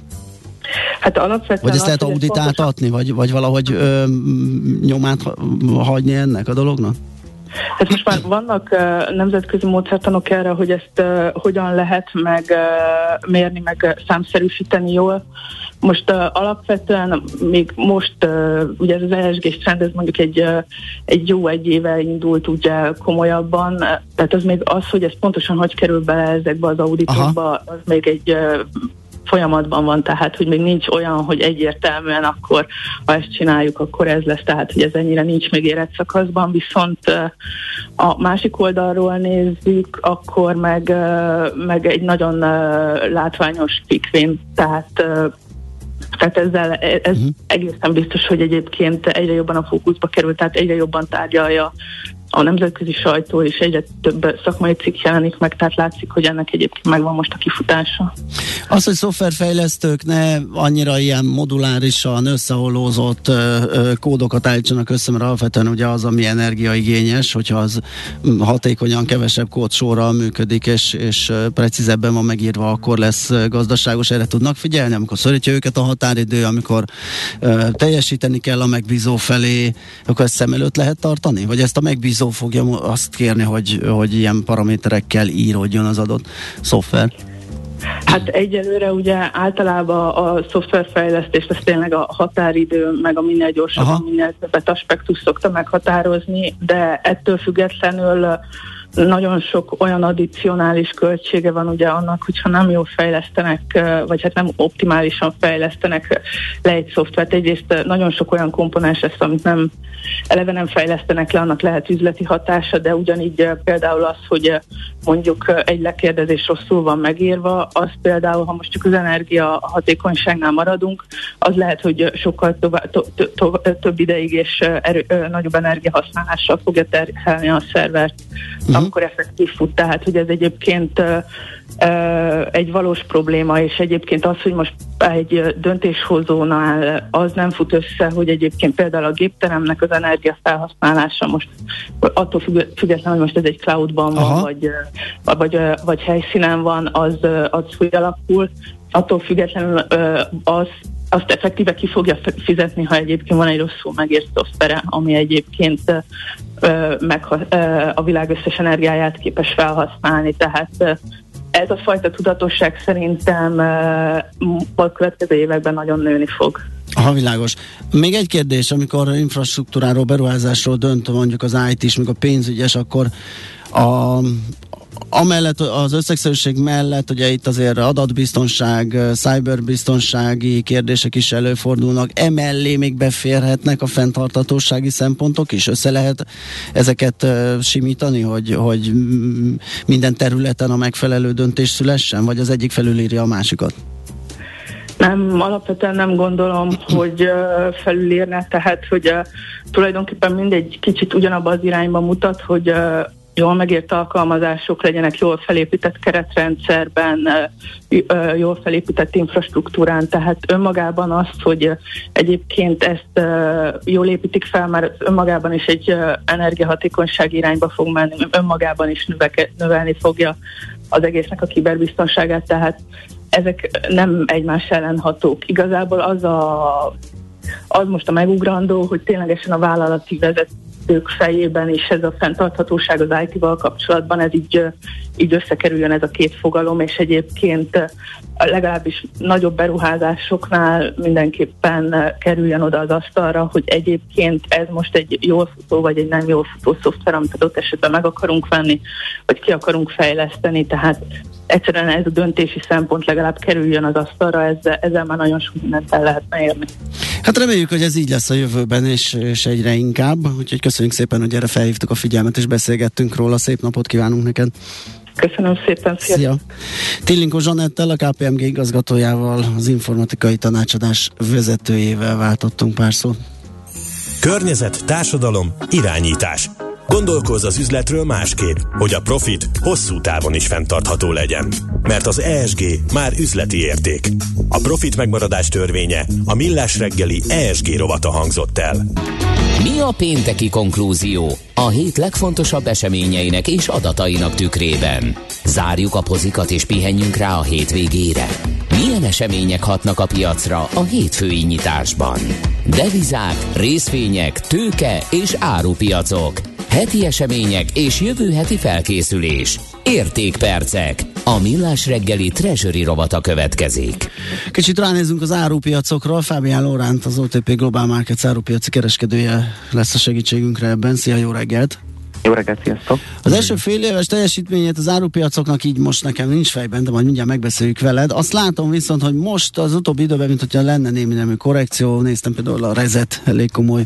Hát alapvetően...
Vagy ezt lehet auditáltatni, vagy, vagy valahogy ö, nyomát hagyni ennek a dolognak?
Hát most már vannak uh, nemzetközi módszertanok erre, hogy ezt uh, hogyan lehet meg uh, mérni, meg uh, számszerűsíteni jól. Most uh, alapvetően még most uh, ugye ez az é es gés trend, ez mondjuk egy, uh, egy jó egy éve indult ugye komolyabban, uh, tehát az még az, hogy ez pontosan hogy kerül bele ezekbe az auditokba, az még egy uh, folyamatban van, tehát hogy még nincs olyan, hogy egyértelműen akkor, ha ezt csináljuk, akkor ez lesz, tehát hogy ez ennyire nincs még érett szakaszban, viszont a másik oldalról nézzük, akkor meg, meg egy nagyon látványos quick win, tehát tehát ezzel ez uh-huh. egészen biztos, hogy egyébként egyre jobban a fókuszba kerül, tehát egyre jobban tárgyalja a nemzetközi sajtó, és egyre több szakmai cikk jelenik meg, tehát látszik, hogy ennek egyébként megvan most a kifutása.
Az, hogy szoftverfejlesztők ne annyira ilyen modulárisan összehollózott ö, ö, kódokat állítsanak össze, mert alapvetően ugye az, ami energiaigényes, hogyha az hatékonyan kevesebb kódsorral működik, és, és precízebben van megírva, akkor lesz gazdaságos, erre tudnak figyelni, amikor szorítja őket a határidő, amikor ö, teljesíteni kell a megbízó felé, akkor ezt szem előtt lehet tartani? Vagy ezt a megbízó fogja azt kérni, hogy, hogy ilyen paraméterekkel íródjon az adott szoftver?
Hát egyelőre ugye általában a szoftverfejlesztést ez tényleg a határidő, meg a minél gyorsabban, minél többet aspektus szokta meghatározni, de ettől függetlenül nagyon sok olyan addicionális költsége van ugye annak, hogyha nem jól fejlesztenek, vagy hát nem optimálisan fejlesztenek le egy szoftvert. Egyrészt nagyon sok olyan komponens lesz, amit nem eleve nem fejlesztenek le, annak lehet üzleti hatása, de ugyanígy például az, hogy mondjuk egy lekérdezés rosszul van megírva, az például, ha most csak az energia hatékonyságnál maradunk, az lehet, hogy sokkal tovább, to, to, to, több ideig és erő, nagyobb energiahasználással fogja terhelni a szervert, uh-huh. akkor effektív fut. Tehát, hogy ez egyébként uh, uh, egy valós probléma, és egyébként az, hogy most egy döntéshozónál az nem fut össze, hogy egyébként például a gépteremnek az energiafelhasználása most attól függetlenül, hogy most ez egy cloudban van, Aha. vagy, vagy, vagy helyszínen van, az, az hogy alakul. Attól függetlenül az azt effektíve ki fogja fizetni, ha egyébként van egy rosszul megírt szoftvere, ami egyébként ö, meg, ö, a világ összes energiáját képes felhasználni. Tehát ö, ez a fajta tudatosság szerintem ö, a következő években nagyon nőni fog.
Aha, világos. Még egy kérdés, amikor infrastruktúráról, beruházásról dönt mondjuk az í té-s, meg a pénzügyes, akkor a amellett, az összegszerűség mellett, ugye itt azért adatbiztonság, cyberbiztonsági kérdések is előfordulnak, emellé még beférhetnek a fenntarthatósági szempontok is? Össze lehet ezeket uh, simítani, hogy, hogy minden területen a megfelelő döntés szülessen, vagy az egyik felülírja a másikat?
Nem, alapvetően nem gondolom, hogy uh, felülírne, tehát, hogy uh, tulajdonképpen mindegy kicsit ugyanabba az irányba mutat, hogy uh, jól megért alkalmazások legyenek, jól felépített keretrendszerben, jól felépített infrastruktúrán, tehát önmagában azt, hogy egyébként ezt jól építik fel, már önmagában is egy energiahatékonyság irányba fog menni, önmagában is növeke, növelni fogja az egésznek a kiberbiztonságát, tehát ezek nem egymás ellen hatók. Igazából az, a, az most a megugrandó, hogy ténylegesen a vállalati vezető ők fejében is ez a fenntarthatóság az í té-val kapcsolatban, ez így, így összekerüljön ez a két fogalom, és egyébként legalábbis nagyobb beruházásoknál mindenképpen kerüljön oda az asztalra, hogy egyébként ez most egy jól futó, vagy egy nem jól futó szoftver, amit adott esetben meg akarunk venni, vagy ki akarunk fejleszteni, tehát egyszerűen ez a döntési szempont legalább kerüljön az asztalra, ezzel, ezzel már nagyon sok mindent el lehetne érni.
Hát reméljük, hogy ez így lesz a jövőben, és, és egyre inkább, úgyhogy köszönjük szépen, hogy erre felhívtuk a figyelmet, és beszélgettünk róla. Szép napot kívánunk neked!
Köszönöm szépen, szia!
Szia. Tillinkó Zsanettel, a ká pé em gé igazgatójával, az informatikai tanácsadás vezetőjével váltottunk pár szót.
Környezet, társadalom, irányítás. Gondolkozz az üzletről másképp, hogy a profit hosszú távon is fenntartható legyen. Mert az é es gé már üzleti érték. A profit megmaradás törvénye a Millás reggeli é es gé rovata hangzott el.
Mi a pénteki konklúzió a hét legfontosabb eseményeinek és adatainak tükrében? Zárjuk a pozikat és pihenjünk rá a hétvégére. Milyen események hatnak a piacra a hétfői nyitásban? Devizák, részvények, tőke és árupiacok. Heti események és jövő heti felkészülés. Értékpercek. A Millás reggeli Treasury rovata következik.
Kicsit ránézzünk az árupiacokra. Fábián Lóránt, az o té pé Global Markets árupiaci kereskedője lesz a segítségünkre ebben. Szia, jó reggelt!
Jó reggelt, sziasztok!
Az első fél éves teljesítményét az árupiacoknak így most nekem nincs fejben, de majd mindjárt megbeszéljük veled. Azt látom viszont, hogy most az utóbbi időben, mint hogyha lenne némi nemű korrekció, néztem például a rezet elég komoly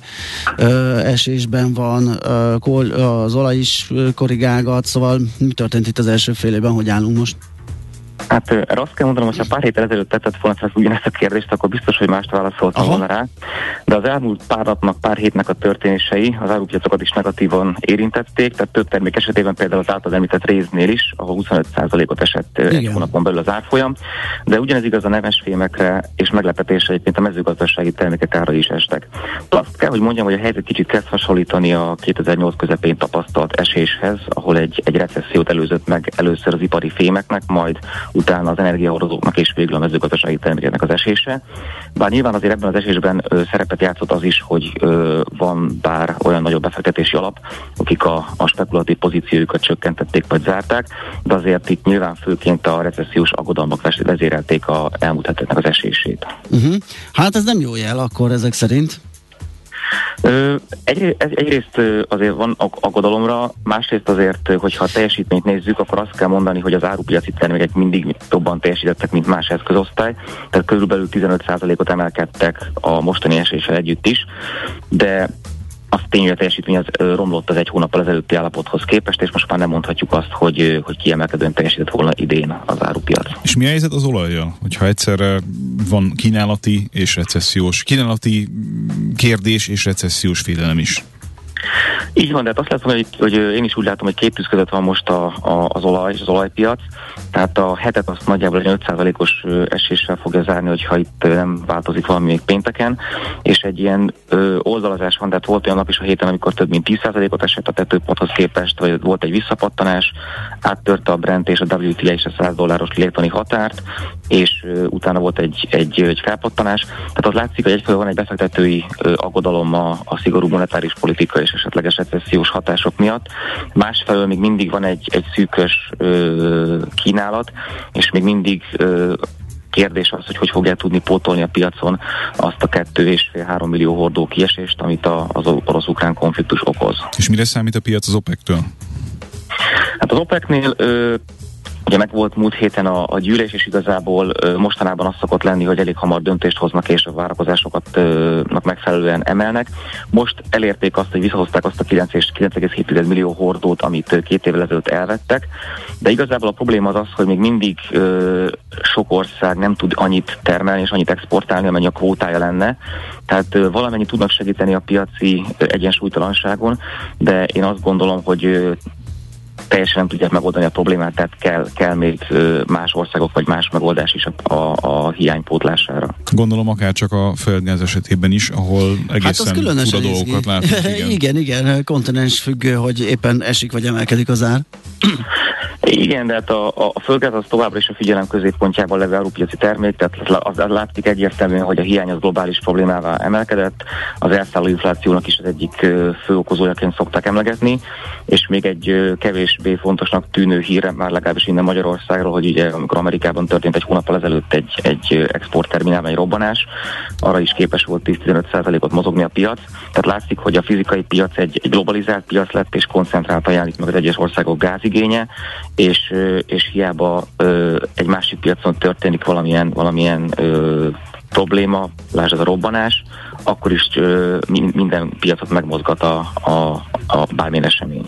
ö, esésben van, ö, kol, az olaj is korrigálgat, szóval mi történt itt az első fél évben, hogy állunk most?
Hát erre azt kell mondanom, hogy ha pár héttel ezelőtt tettet volna fel ugyanezt a kérdést, akkor biztos, hogy mást válaszoltam volna rá. De az elmúlt pár napnak, pár hétnek a történései az árupiacokat is negatívan érintették, tehát több termék esetében például az által említett réznél is, ahol huszonöt százalékot esett Igen. egy hónapon belül az árfolyam, de ugyanez igaz a nemesfémekre, és meglepetésre egyébként a mezőgazdasági termékek ára is estek. Azt kell, hogy mondjam, hogy a helyzet kicsit kezd hasonlítani a kétezer-nyolc közepén tapasztalt eséshez, ahol egy, egy recessziót előzött meg először az ipari fémeknek, majd utána az energiahordozóknak és végül a mezőgazdasági termékeknek az esése. Bár nyilván azért ebben az esésben ö, szerepet játszott az is, hogy ö, van bár olyan nagyobb befektetési alap, akik a, a spekulatív pozíciójukat csökkentették vagy zárták, de azért itt nyilván főként a recessziós aggodalmak vezérelték a elmúlt heteknek az esését.
Uh-huh. Hát ez nem jó jel akkor ezek szerint.
Ö, egy, egyrészt azért van aggodalomra, másrészt azért, hogyha a teljesítményt nézzük, akkor azt kell mondani, hogy az árupiaci termékek mindig jobban teljesítettek, mint más eszközosztály, tehát körülbelül tizenöt százalékot emelkedtek a mostani eséssel együtt is, de az tény, hogy a teljesítmény az romlott az egy hónappal ezelőtti állapothoz képest, és most már nem mondhatjuk azt, hogy, hogy kiemelkedően teljesített volna idén az árupiac.
És mi a helyzet az olajjal? Hogyha egyszerre van kínálati és recessziós, kínálati kérdés és recessziós félelem is?
Így van, de hát azt lehet mondani, hogy, hogy én is úgy látom, hogy két tűz között van most a, a, az olaj és az olajpiac, tehát a hetet azt nagyjából egy öt százalékos eséssel fogja zárni, hogyha itt nem változik valami még pénteken, és egy ilyen ö, oldalazás van, tehát volt olyan nap is a héten, amikor több mint tíz százalékot esett a tetőponthoz képest, vagy volt egy visszapattanás, áttörte a Brent és a dupla vé té i és a száz dolláros létani határt, és ö, utána volt egy, egy, egy felpattanás, tehát az látszik, hogy egyfelől van egy befektetői ö, aggodalom a, a szigorú monetáris politika és esetleges recessziós hatások miatt. Másfelől még mindig van egy, egy szűkös ö, kínálat, és még mindig ö, kérdés az, hogy hogy fogják tudni pótolni a piacon azt a kettő és fél három millió hordó kiesést, amit a, az orosz-ukrán konfliktus okoz.
És mire számít a piac az OPEC-től?
Hát az OPEC-nél ö, ugye meg volt múlt héten a, a gyűlés, és igazából ö, mostanában az szokott lenni, hogy elég hamar döntést hoznak, és a várakozásoknak megfelelően emelnek. Most elérték azt, hogy visszahozták azt a kilenc egész hét millió hordót, amit két évvel ezelőtt elvettek, de igazából a probléma az az, hogy még mindig ö, sok ország nem tud annyit termelni és annyit exportálni, amennyi a kvótája lenne. Tehát ö, valamennyit tudnak segíteni a piaci ö, egyensúlytalanságon, de én azt gondolom, hogy ö, teljesen nem tudják megoldani a problémát, tehát kell, kell még más országok vagy más megoldás is a, a, a hiány pótlására.
Gondolom akár csak a földgáz esetében is, ahol egészen hát fura dolgokat látunk.
Igen. igen, igen, kontinens függő, hogy éppen esik vagy emelkedik az ár.
Igen, de hát a, a földgáz az továbbra is a figyelem középpontjában levő árupiaci termék, tehát az, az látszik egyértelműen, hogy a hiány az globális problémává emelkedett, az elszálló inflációnak is az egyik fő okozójaként szokták emlegetni, és még egy kevésbé fontosnak tűnő híre, már legalábbis innen Magyarországról, hogy ugye amikor Amerikában történt egy hónappal ezelőtt egy, egy exportterminálban egy robbanás, arra is képes volt tíz-tizenöt százalékot mozogni a piac, tehát látszik, hogy a fizikai piac egy, egy globalizált piac lett, és koncentráltan jelenik meg az egyes országok gázigénye, és, és hiába ö, egy másik piacon történik valamilyen, valamilyen ö, probléma, lásd ez a robbanás, akkor is ö, minden piacot megmozgat a, a, a bármilyen esemény.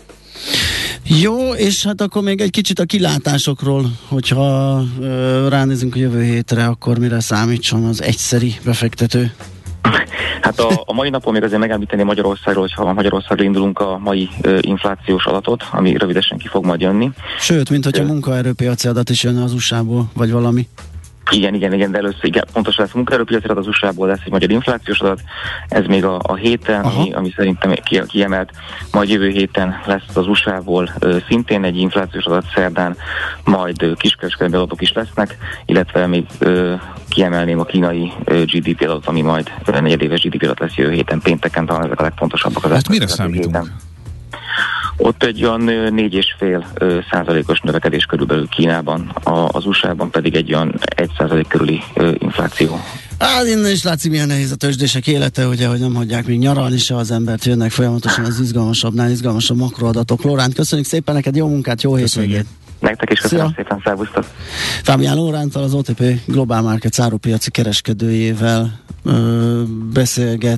Jó, és hát akkor még egy kicsit a kilátásokról, hogyha ö, ránézünk a jövő hétre, akkor mire számítson az egyszeri befektető?
Hát a, a mai napon még azért megemlíteni Magyarországról, hogyha Magyarországra indulunk a mai ö, inflációs adatot, ami rövidesen ki fog majd jönni.
Sőt, mint hogy a munkaerőpiaci adat is jönne az u es á-ból, vagy valami.
Igen, igen, igen, de először igen, pontosan lesz a munkaerőpiaci adat, az u es á-ból lesz egy magyar inflációs adat, ez még a, a héten, ami, ami szerintem ki, kiemelt, majd jövő héten lesz az u es á-ból ö, szintén egy inflációs adat szerdán, majd ö, kiskereskedelmi adatok is lesznek, illetve még ö, kiemelném a kínai ö, gé dé pé adatot, ami majd negyedéves gé dé pé adat lesz jövő héten, pénteken, talán ezek a legfontosabbak az
hát mire számítunk? Héten.
Ott egy olyan négy és fél százalékos növekedés körülbelül Kínában, az u es á-ban pedig egy olyan egy százalék körüli infláció.
Hát innen is látszik, milyen nehéz a tőzsdések élete, ugye, hogy nem hagyják még nyaralni se az embert, jönnek folyamatosan az izgalmasabbnál izgalmasabb makroadatok. Lóránt, köszönjük szépen neked, jó munkát, jó hétvégét!
Nektek is köszönöm Szia. szépen, szervusztok!
Fábián Lórántal, az o té pé Global Markets árupiaci kereskedőjével ö, beszélget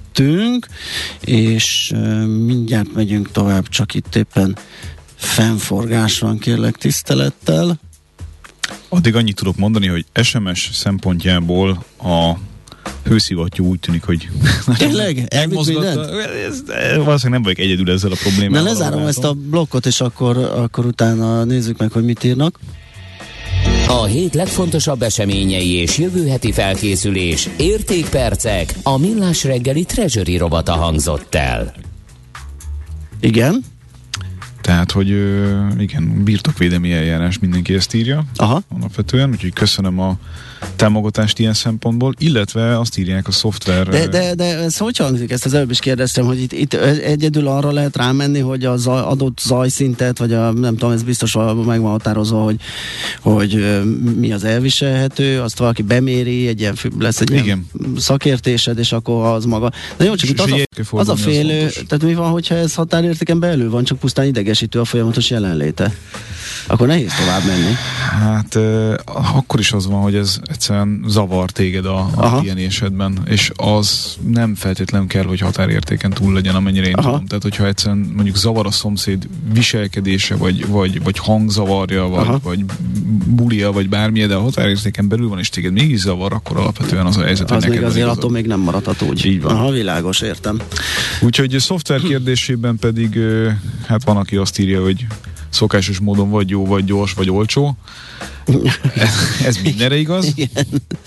és uh, mindjárt megyünk tovább, csak itt éppen fennforgás van, kérlek tisztelettel.
Addig annyit tudok mondani, hogy es em es szempontjából a hőszivattyú úgy tűnik, hogy
tényleg? Elmozgatta.
Valószínűleg nem vagyok egyedül ezzel a problémával.
Na lezárom ezt a blokkot, és akkor, akkor utána nézzük meg, hogy mit írnak.
A hét legfontosabb eseményei és jövő heti felkészülés, értékpercek, a Millás reggeli Treasury rovata hangzott el.
Igen.
Tehát, hogy igen, birtokvédelmi eljárás, mindenki ezt írja.
Aha.
Alapvetően, úgyhogy köszönöm a támogatást ilyen szempontból, illetve azt írják a szoftver...
De, de, de ez hogy hangzik? Ezt az előbb is kérdeztem, hogy itt, itt egyedül arra lehet rámenni, hogy az adott zajszintet, vagy a, nem tudom, ez biztos meg van határozva, hogy, hogy mi az elviselhető, azt valaki beméri, egy ilyen, lesz egy ilyen szakértésed, és akkor az maga. De jó, csak itt az a, az a félő, az tehát mi van, hogyha ez határértéken belül van, csak pusztán idegesítő a folyamatos jelenléte? Akkor nehéz tovább menni.
Hát euh, akkor is az van, hogy ez egyszerűen zavar téged a, a ilyen esetben, és az nem feltétlenül kell, hogy határértéken túl legyen, amennyire én Aha. tudom. Tehát, hogyha egyszerűen mondjuk zavar a szomszéd viselkedése, vagy, vagy, vagy hangzavarja, vagy, vagy bulia, vagy bármilyen, de a határértéken belül van, és téged mégis zavar, akkor alapvetően az a helyzet,
az még azért attól még nem maradhat úgy.
Így van.
Aha, világos, értem.
Úgyhogy a szoftver kérdésében pedig hát van, aki azt írja, hogy szokásos módon vagy jó, vagy gyors, vagy olcsó. Ez, ez mindenre igaz.
Igen.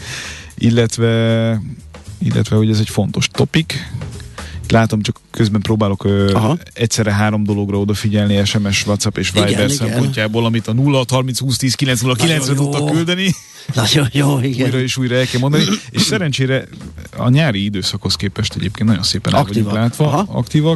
Illetve, illetve, hogy ez egy fontos topik. Látom, csak közben próbálok ö, egyszerre három dologra odafigyelni, es em es, WhatsApp és Viber igen, szempontjából, igen. Amit a nulla hat harminc húsz tíz kilenc nulla kilencre tudtak küldeni.
Nagyon jó, igen.
Újra és újra el kell mondani. És szerencsére a nyári időszakhoz képest egyébként nagyon szépen el vagyunk látva. Aha. Aktívak.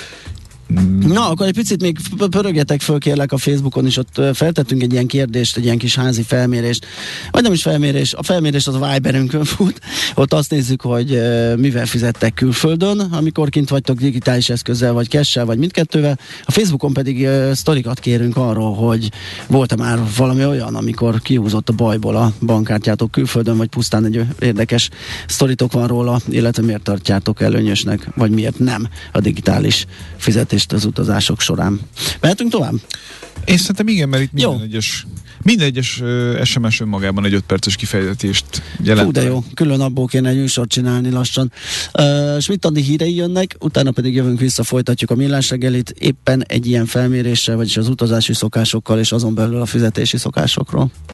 Na, akkor egy picit még pörögjetek föl, kérlek, a Facebookon is, ott feltettünk egy ilyen kérdést, egy ilyen kis házi felmérést, vagy nem is felmérés, a felmérés az a Viberünkön fut, ott azt nézzük, hogy mivel fizettek külföldön, amikor kint vagytok digitális eszközzel, vagy cash-sel, vagy mindkettővel. A Facebookon pedig uh, sztorikat kérünk arról, hogy volt-e már valami olyan, amikor kihúzott a bajból a bankkártyátok külföldön, vagy pusztán egy érdekes sztoritok van róla, illetve miért tartjátok előnyösnek, vagy miért nem a digitális fizetés az utazások során. Mehetünk tovább?
Én szerintem igen, mert itt minden jó. egyes, minden egyes uh, es em es önmagában egy öt perces kifejezést jelent.
Fú, de jó. Külön abból kéne egy műsort csinálni lassan. Uh, Schmidt-Andi hírei jönnek, utána pedig jövünk vissza, folytatjuk a Millás reggelit éppen egy ilyen felméréssel, vagyis az utazási szokásokkal és azon belül a fizetési szokásokról.